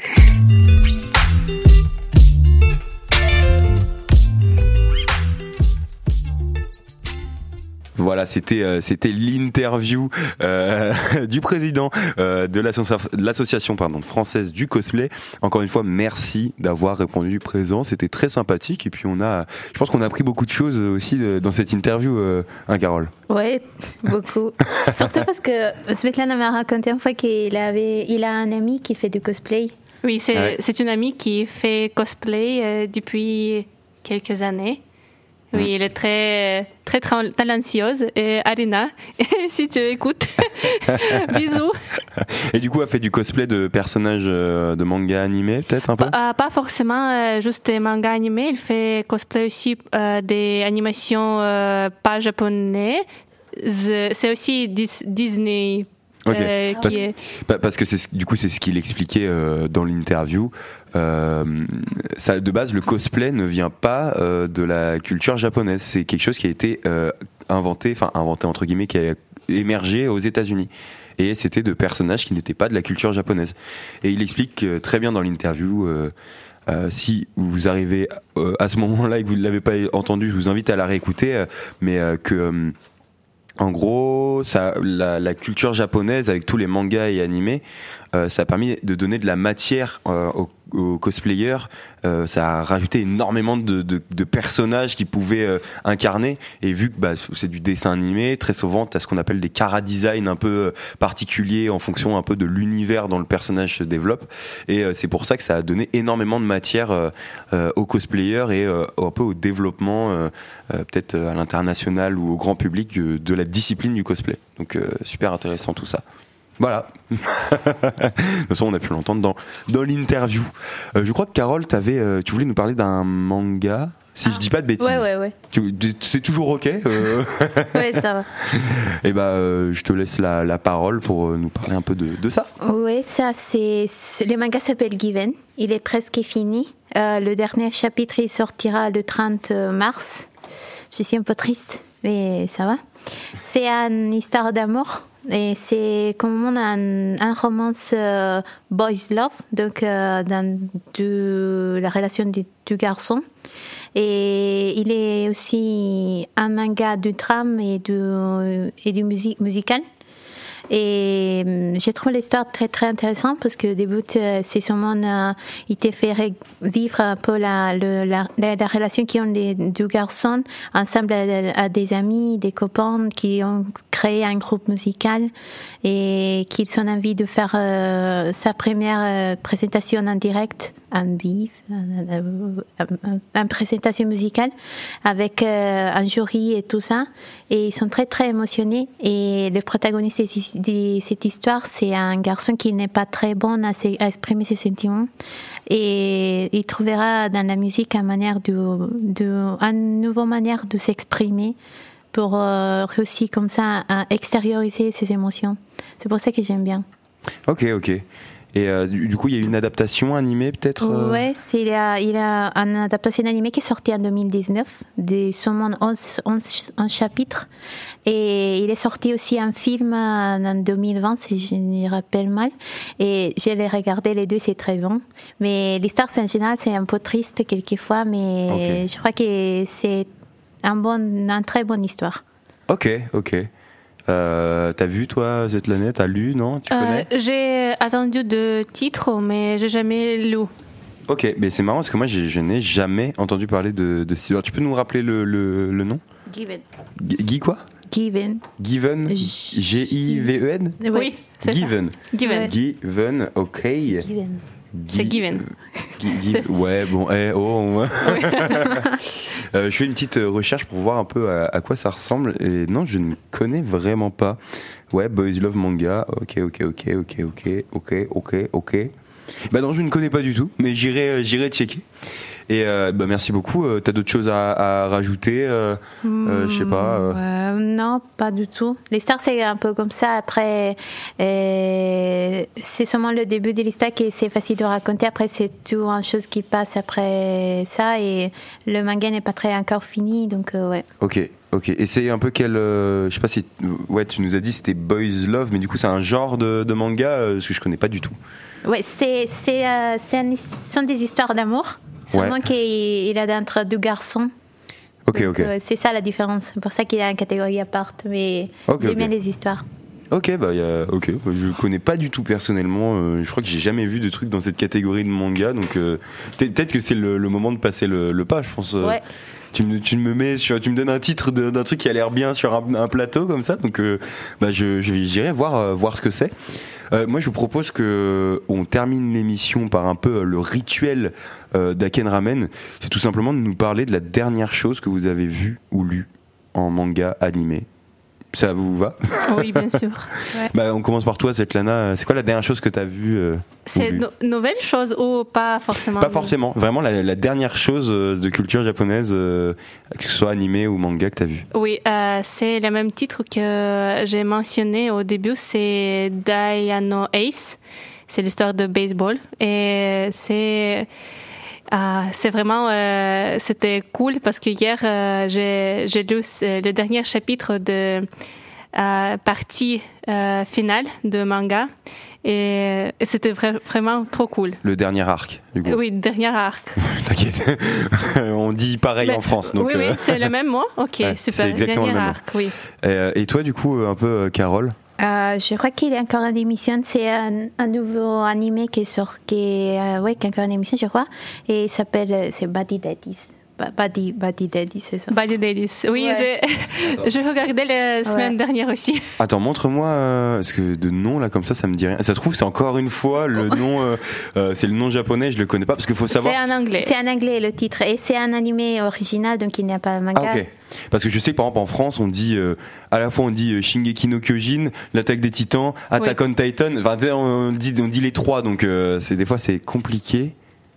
Voilà, c'était euh, c'était l'interview euh, du président euh, de l'associa- de l'association pardon française du cosplay. Encore une fois, merci d'avoir répondu présent. C'était très sympathique et puis on a, je pense qu'on a appris beaucoup de choses aussi euh, dans cette interview, euh, hein, Carole. Oui, beaucoup. Surtout parce que Svetlana m'a raconté une fois qu'il avait, il a un ami qui fait du cosplay. Oui, c'est, Ouais. c'est une amie qui fait cosplay euh, depuis quelques années. Oui, Mm. elle est très, très tra- talentueuse. Et Arina, si tu écoutes, bisous. Et du coup, elle fait du cosplay de personnages euh, de manga animé, peut-être un peu. Pas, euh, pas forcément euh, juste des mangas animés, elle fait cosplay aussi euh, des animations euh, pas japonais. Z- C'est aussi Dis- Disney. Ok. euh, Parce, qui est... pa- parce que c'est ce- du coup c'est ce qu'il expliquait euh, dans l'interview. Euh, ça, de base, le cosplay ne vient pas euh, de la culture japonaise. C'est quelque chose qui a été euh, inventé, enfin inventé entre guillemets, qui a émergé aux États-Unis. Et c'était de personnages qui n'étaient pas de la culture japonaise. Et il explique euh, très bien dans l'interview. Euh, euh, si vous arrivez euh, à ce moment-là et que vous ne l'avez pas entendu, je vous invite à la réécouter. Euh, mais euh, que euh, en gros, ça, la, la culture japonaise avec tous les mangas et animés, euh, ça a permis de donner de la matière euh, aux, aux cosplayers. Euh, ça a rajouté énormément de, de, de personnages qu'ils pouvaient euh, incarner. Et vu que bah, c'est du dessin animé, très souvent, tu as ce qu'on appelle des chara-design un peu euh, particuliers en fonction un peu de l'univers dont le personnage se développe. Et euh, c'est pour ça que ça a donné énormément de matière euh, euh, aux cosplayers et euh, un peu au développement, euh, euh, peut-être à l'international ou au grand public, euh, de la discipline du cosplay. Donc euh, super intéressant tout ça. Voilà. De toute façon, on a pu l'entendre dans, dans l'interview. Euh, je crois que Carole, t'avais, euh, tu voulais nous parler d'un manga, si je dis pas de bêtises. Ouais, ouais, ouais. Tu- c'est toujours ok. Euh... Ouais, ça va. Et bah, euh, je te laisse la, la parole pour euh, nous parler un peu de, de ça. Oui, ça, c'est, c'est- le manga s'appelle Given. Il est presque fini. Euh, le dernier chapitre, il sortira le trente mars. Je suis un peu triste, mais ça va. C'est une histoire d'amour. Et c'est comme un, un romance euh, boys love, donc euh, dans de, la relation du, du garçon. Et il est aussi un manga du drame et du, et du musique musical. Et euh, j'ai trouvé l'histoire très très intéressante parce que au début euh, c'est sûrement euh, il te fait ré- vivre un peu la, le, la, la, la relation qu'ils ont les deux garçons ensemble à, à des amis, des copains qui ont créé un groupe musical et qu'ils ont envie de faire euh, sa première euh, présentation en direct, en vive, une présentation musicale avec euh, un jury et tout ça. Et ils sont très très émotionnés. Et le protagoniste de, de cette histoire, c'est un garçon qui n'est pas très bon à, se, à exprimer ses sentiments. Et il trouvera dans la musique une manière de, de, une nouvelle manière de s'exprimer pour euh, réussir comme ça à extérioriser ses émotions. C'est pour ça que j'aime bien. Ok, ok. Et euh, du, du coup, il y a une adaptation animée peut-être euh... Ouais, c'est, il, a, il a une adaptation animée qui est sortie en deux mille dix-neuf, de seulement onze, onze, onze chapitres. Et il est sorti aussi un film en deux mille vingt, si je me rappelle mal. Et je l'ai regardé, les deux, c'est très bon. Mais l'histoire, en général, c'est un peu triste quelquefois, mais Okay. je crois que c'est un bon, une très bonne histoire. Ok, ok. Euh, t'as vu toi, Svetlana, t'as lu, non? Tu Euh, connais? j'ai attendu de titres, mais j'ai jamais lu. Ok, mais c'est marrant parce que moi j'ai- je n'ai jamais entendu parler de, de cette histoire. Tu peux nous rappeler le, le, le nom? Given. Guy Guy quoi? Given. Given? J- G I V E N? Oui, c'est Given. ça. Given. Ouais. Given, ok. Given. C'est Given. Gi- Gi- C'est- ouais, bon, eh, oh, ouais. Euh, je fais une petite recherche pour voir un peu à, à quoi ça ressemble. Et non, je ne connais vraiment pas. Ouais, Boys Love Manga. Ok, ok, ok, ok, ok, ok, ok, ok. Bah non, je ne connais pas du tout, mais j'irai, euh, j'irai checker. Et euh, bah merci beaucoup. Euh, T'as d'autres choses à, à rajouter euh, euh, Je sais pas. euh. Euh, non, pas du tout. L'histoire, c'est un peu comme ça. Après, euh, c'est seulement le début de l'histoire qui c'est facile de raconter. Après, c'est tout une chose qui passe après ça. Et le manga n'est pas très encore fini. Donc, euh, ouais. Ok, ok. Et c'est un peu quel. Euh, je sais pas si. Ouais, tu nous as dit c'était Boys Love, mais du coup, c'est un genre de, de manga euh, parce que je connais pas du tout. Ouais, c'est, c'est, euh, c'est un- ce sont des histoires d'amour. Seulement Ouais. qu'il il a d'entre deux garçons. Ok, Donc, ok. euh, c'est ça la différence. C'est pour ça qu'il y a une catégorie à part. Mais Ok, j'aime ok. bien les histoires. Ok, bah y a, ok. Je connais pas du tout personnellement. euh, je crois que j'ai jamais vu de trucs dans cette catégorie de manga. Donc euh, peut- peut-être que c'est le, le moment de passer le, le pas. Je pense. euh, Ouais. Tu me, tu me mets sur, tu me donnes un titre de- d'un truc qui a l'air bien sur un, un plateau comme ça. Donc euh, bah je, je vais- j'irai voir euh, voir ce que c'est. Euh, moi, je vous propose que on termine l'émission par un peu euh, le rituel euh, d'Aken Ramen. C'est tout simplement de nous parler de la dernière chose que vous avez vue ou lue en manga animé. Ça vous va? Oui, bien sûr. Bah, on commence par toi, Svetlana. C'est quoi la dernière chose que tu as vue euh, ou C'est lue no- nouvelle chose ou pas forcément? Pas forcément. Vraiment, la, la dernière chose euh, de culture japonaise, euh, que ce soit animé ou manga, que tu as vu. Oui, euh, c'est le même titre que j'ai mentionné au début, c'est Diano Ace. C'est l'histoire de baseball. Et c'est... Ah, c'est vraiment, euh, c'était cool parce que hier, euh, j'ai, j'ai lu euh, le dernier chapitre de euh, partie euh, finale de manga et, et c'était vra- vraiment trop cool. Le dernier arc, du coup. Oui, dernier arc. T'inquiète. On dit pareil Mais- en France. Donc, oui, oui, euh, c'est le même mot. Ok, Ouais, super. c'est exactement dernier le même arc, oui. euh, et toi, du coup, un peu, euh, Carole Euh, je crois qu'il est encore en émission. C'est un, un nouveau animé qui est sur, qui est, euh, ouais, qui est encore en émission, je crois. Et il s'appelle, euh, c'est Body Daddies. Ba- Body, Body Daddies, c'est ça. Body Daddies. Oui, Ouais. j'ai, j'ai regardé la semaine Ouais. dernière aussi. Attends, montre-moi, euh, parce que de nom, là, comme ça, ça me dit rien. Ça se trouve, c'est encore une fois le nom, euh, euh, c'est le nom japonais, je le connais pas, parce qu'il faut savoir. C'est en anglais. C'est en anglais le titre. Et c'est un animé original, donc il n'y a pas de manga. Ah, ok. Parce que je sais que par exemple en France on dit euh, à la fois on dit euh, Shingeki no Kyojin, l'attaque des Titans, Attack on Titan, enfin tu sais, on dit on dit les trois, donc euh, c'est des fois c'est compliqué.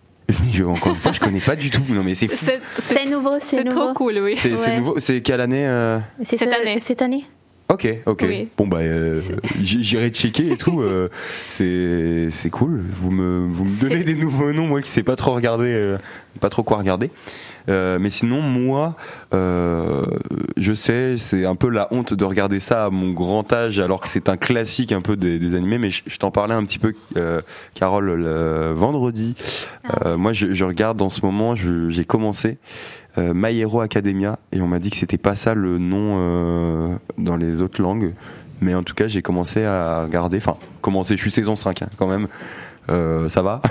Je, encore une fois je connais pas du tout. Non mais c'est fou. C'est, c'est- C'est nouveau, c'est, c'est nouveau. trop cool, oui. C'est c'est Ouais. nouveau. C'est quelle année euh C'est Cette ce- année. Cette année. Ok, ok. Oui. Bon bah euh, j- j'irai checker et tout. euh, c'est c'est cool. Vous me vous me donnez C'est- des nouveaux noms, moi qui sais pas trop regarder, euh, pas trop quoi regarder. Euh, mais sinon moi, euh, je sais, c'est un peu la honte de regarder ça à mon grand âge, alors que c'est un classique un peu des, des animés. Mais je, je t'en parlais un petit peu, euh, Carole, le vendredi. Euh, moi, je, je regarde en ce moment. je- J'ai commencé. Euh, My Hero Academia, et on m'a dit que c'était pas ça le nom euh, dans les autres langues, mais en tout cas j'ai commencé à regarder, enfin commencé, je suis saison cinq hein, quand même, euh, ça va,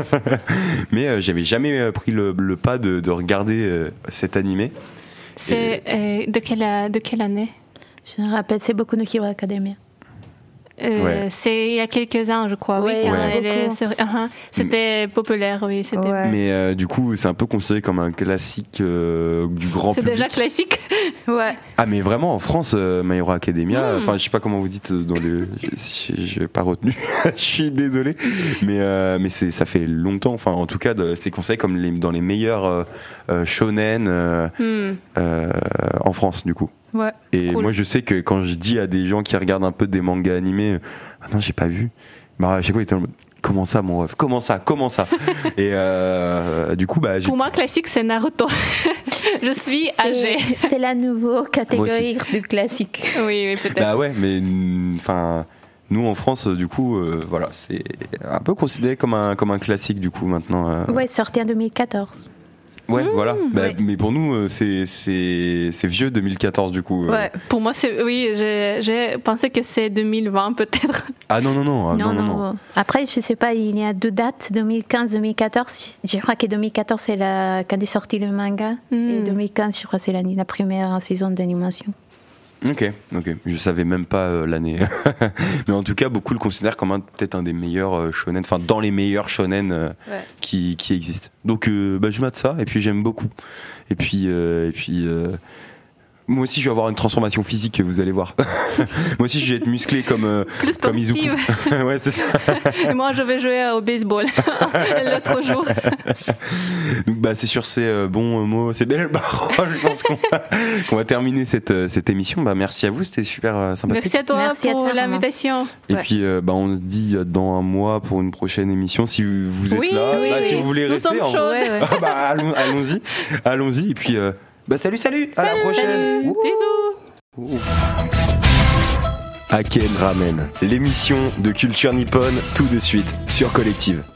mais euh, j'avais jamais euh, pris le, le pas de, de regarder euh, cet animé. C'est euh, de, quelle, de quelle année? Je me rappelle, c'est beaucoup de Hero Academia. Euh, Ouais. C'est il y a quelques ans, je crois. Ouais, oui, quand Ouais. elle est beaucoup. sur- uh-huh. C'était populaire, oui. C'était, Ouais. Mais euh, du coup c'est un peu considéré comme un classique euh, du grand c'est public. déjà classique. Ouais. Ah mais vraiment en France, euh, My Hero Academia, Mm. enfin je sais pas comment vous dites dans le, je n'ai pas retenu, je suis désolé, mais euh, mais c'est ça fait longtemps, enfin en tout cas de- c'est considéré comme les, dans les meilleurs euh, euh, shonen euh, Hmm. euh, en France du coup. Ouais. Et Cool. moi je sais que quand je dis à des gens qui regardent un peu des mangas animés, ah non j'ai pas vu, bah à chaque fois ils étaient en mode, comment ça mon ref, comment ça, comment ça, et euh, du coup bah j'ai Pour moi, classique, c'est Naruto. Je suis âgée. C'est, c'est la nouvelle catégorie du classique. Oui, oui, peut-être. Bah ouais, mais enfin, nous en France, du coup, euh, voilà, c'est un peu considéré comme un comme un classique du coup maintenant. euh. Ouais, sorti en deux mille quatorze. Ouais, voilà. Bah, ouais. Mais pour nous, euh, c'est c'est c'est vieux deux mille quatorze du coup. euh. Ouais. Pour moi, c'est oui. J'ai, j'ai pensé que c'est deux mille vingt peut-être. Ah non non non, ah, Non, non non, non non. Après, je sais pas, il y a deux dates, deux mille quinze deux mille quatorze. Je crois que deux mille quatorze, c'est la, quand est sorti le manga. Mm. Et deux mille quinze, je crois que c'est la, la première saison d'animation. Ok, ok. Je savais même pas euh, l'année, mais en tout cas, beaucoup le considèrent comme un, peut-être un des meilleurs euh, shonen, enfin dans les meilleurs shonen euh, Ouais. qui qui existent. Donc euh, bah, je mate ça et puis j'aime beaucoup. Et puis euh, et puis. euh, Moi aussi, je vais avoir une transformation physique, vous allez voir. Moi aussi, je vais être musclé comme euh, Plus comme Izuku. sportive. Ouais, c'est ça. Et moi, je vais jouer au baseball l'autre jour. Donc, bah, c'est sur ces euh, bons mots, ces belles paroles, je pense qu'on va, qu'on va terminer cette euh, cette émission. Bah, merci à vous, c'était super euh, sympathique. Merci à toi Merci à pour toi, l'invitation. Et Ouais. puis, euh, bah, on se dit euh, dans un mois pour une prochaine émission. Si vous, vous êtes Oui, là, oui, bah, si oui. vous voulez Nous rester, sommes en- chauds. Ouais, ouais. Ah, bah, allons- allons-y, allons-y. Et puis, euh, bah, salut, salut, à la prochaine. Salut. Ouh. Bisous. Aken Ramen, l'émission de culture nippone, tout de suite sur Collective.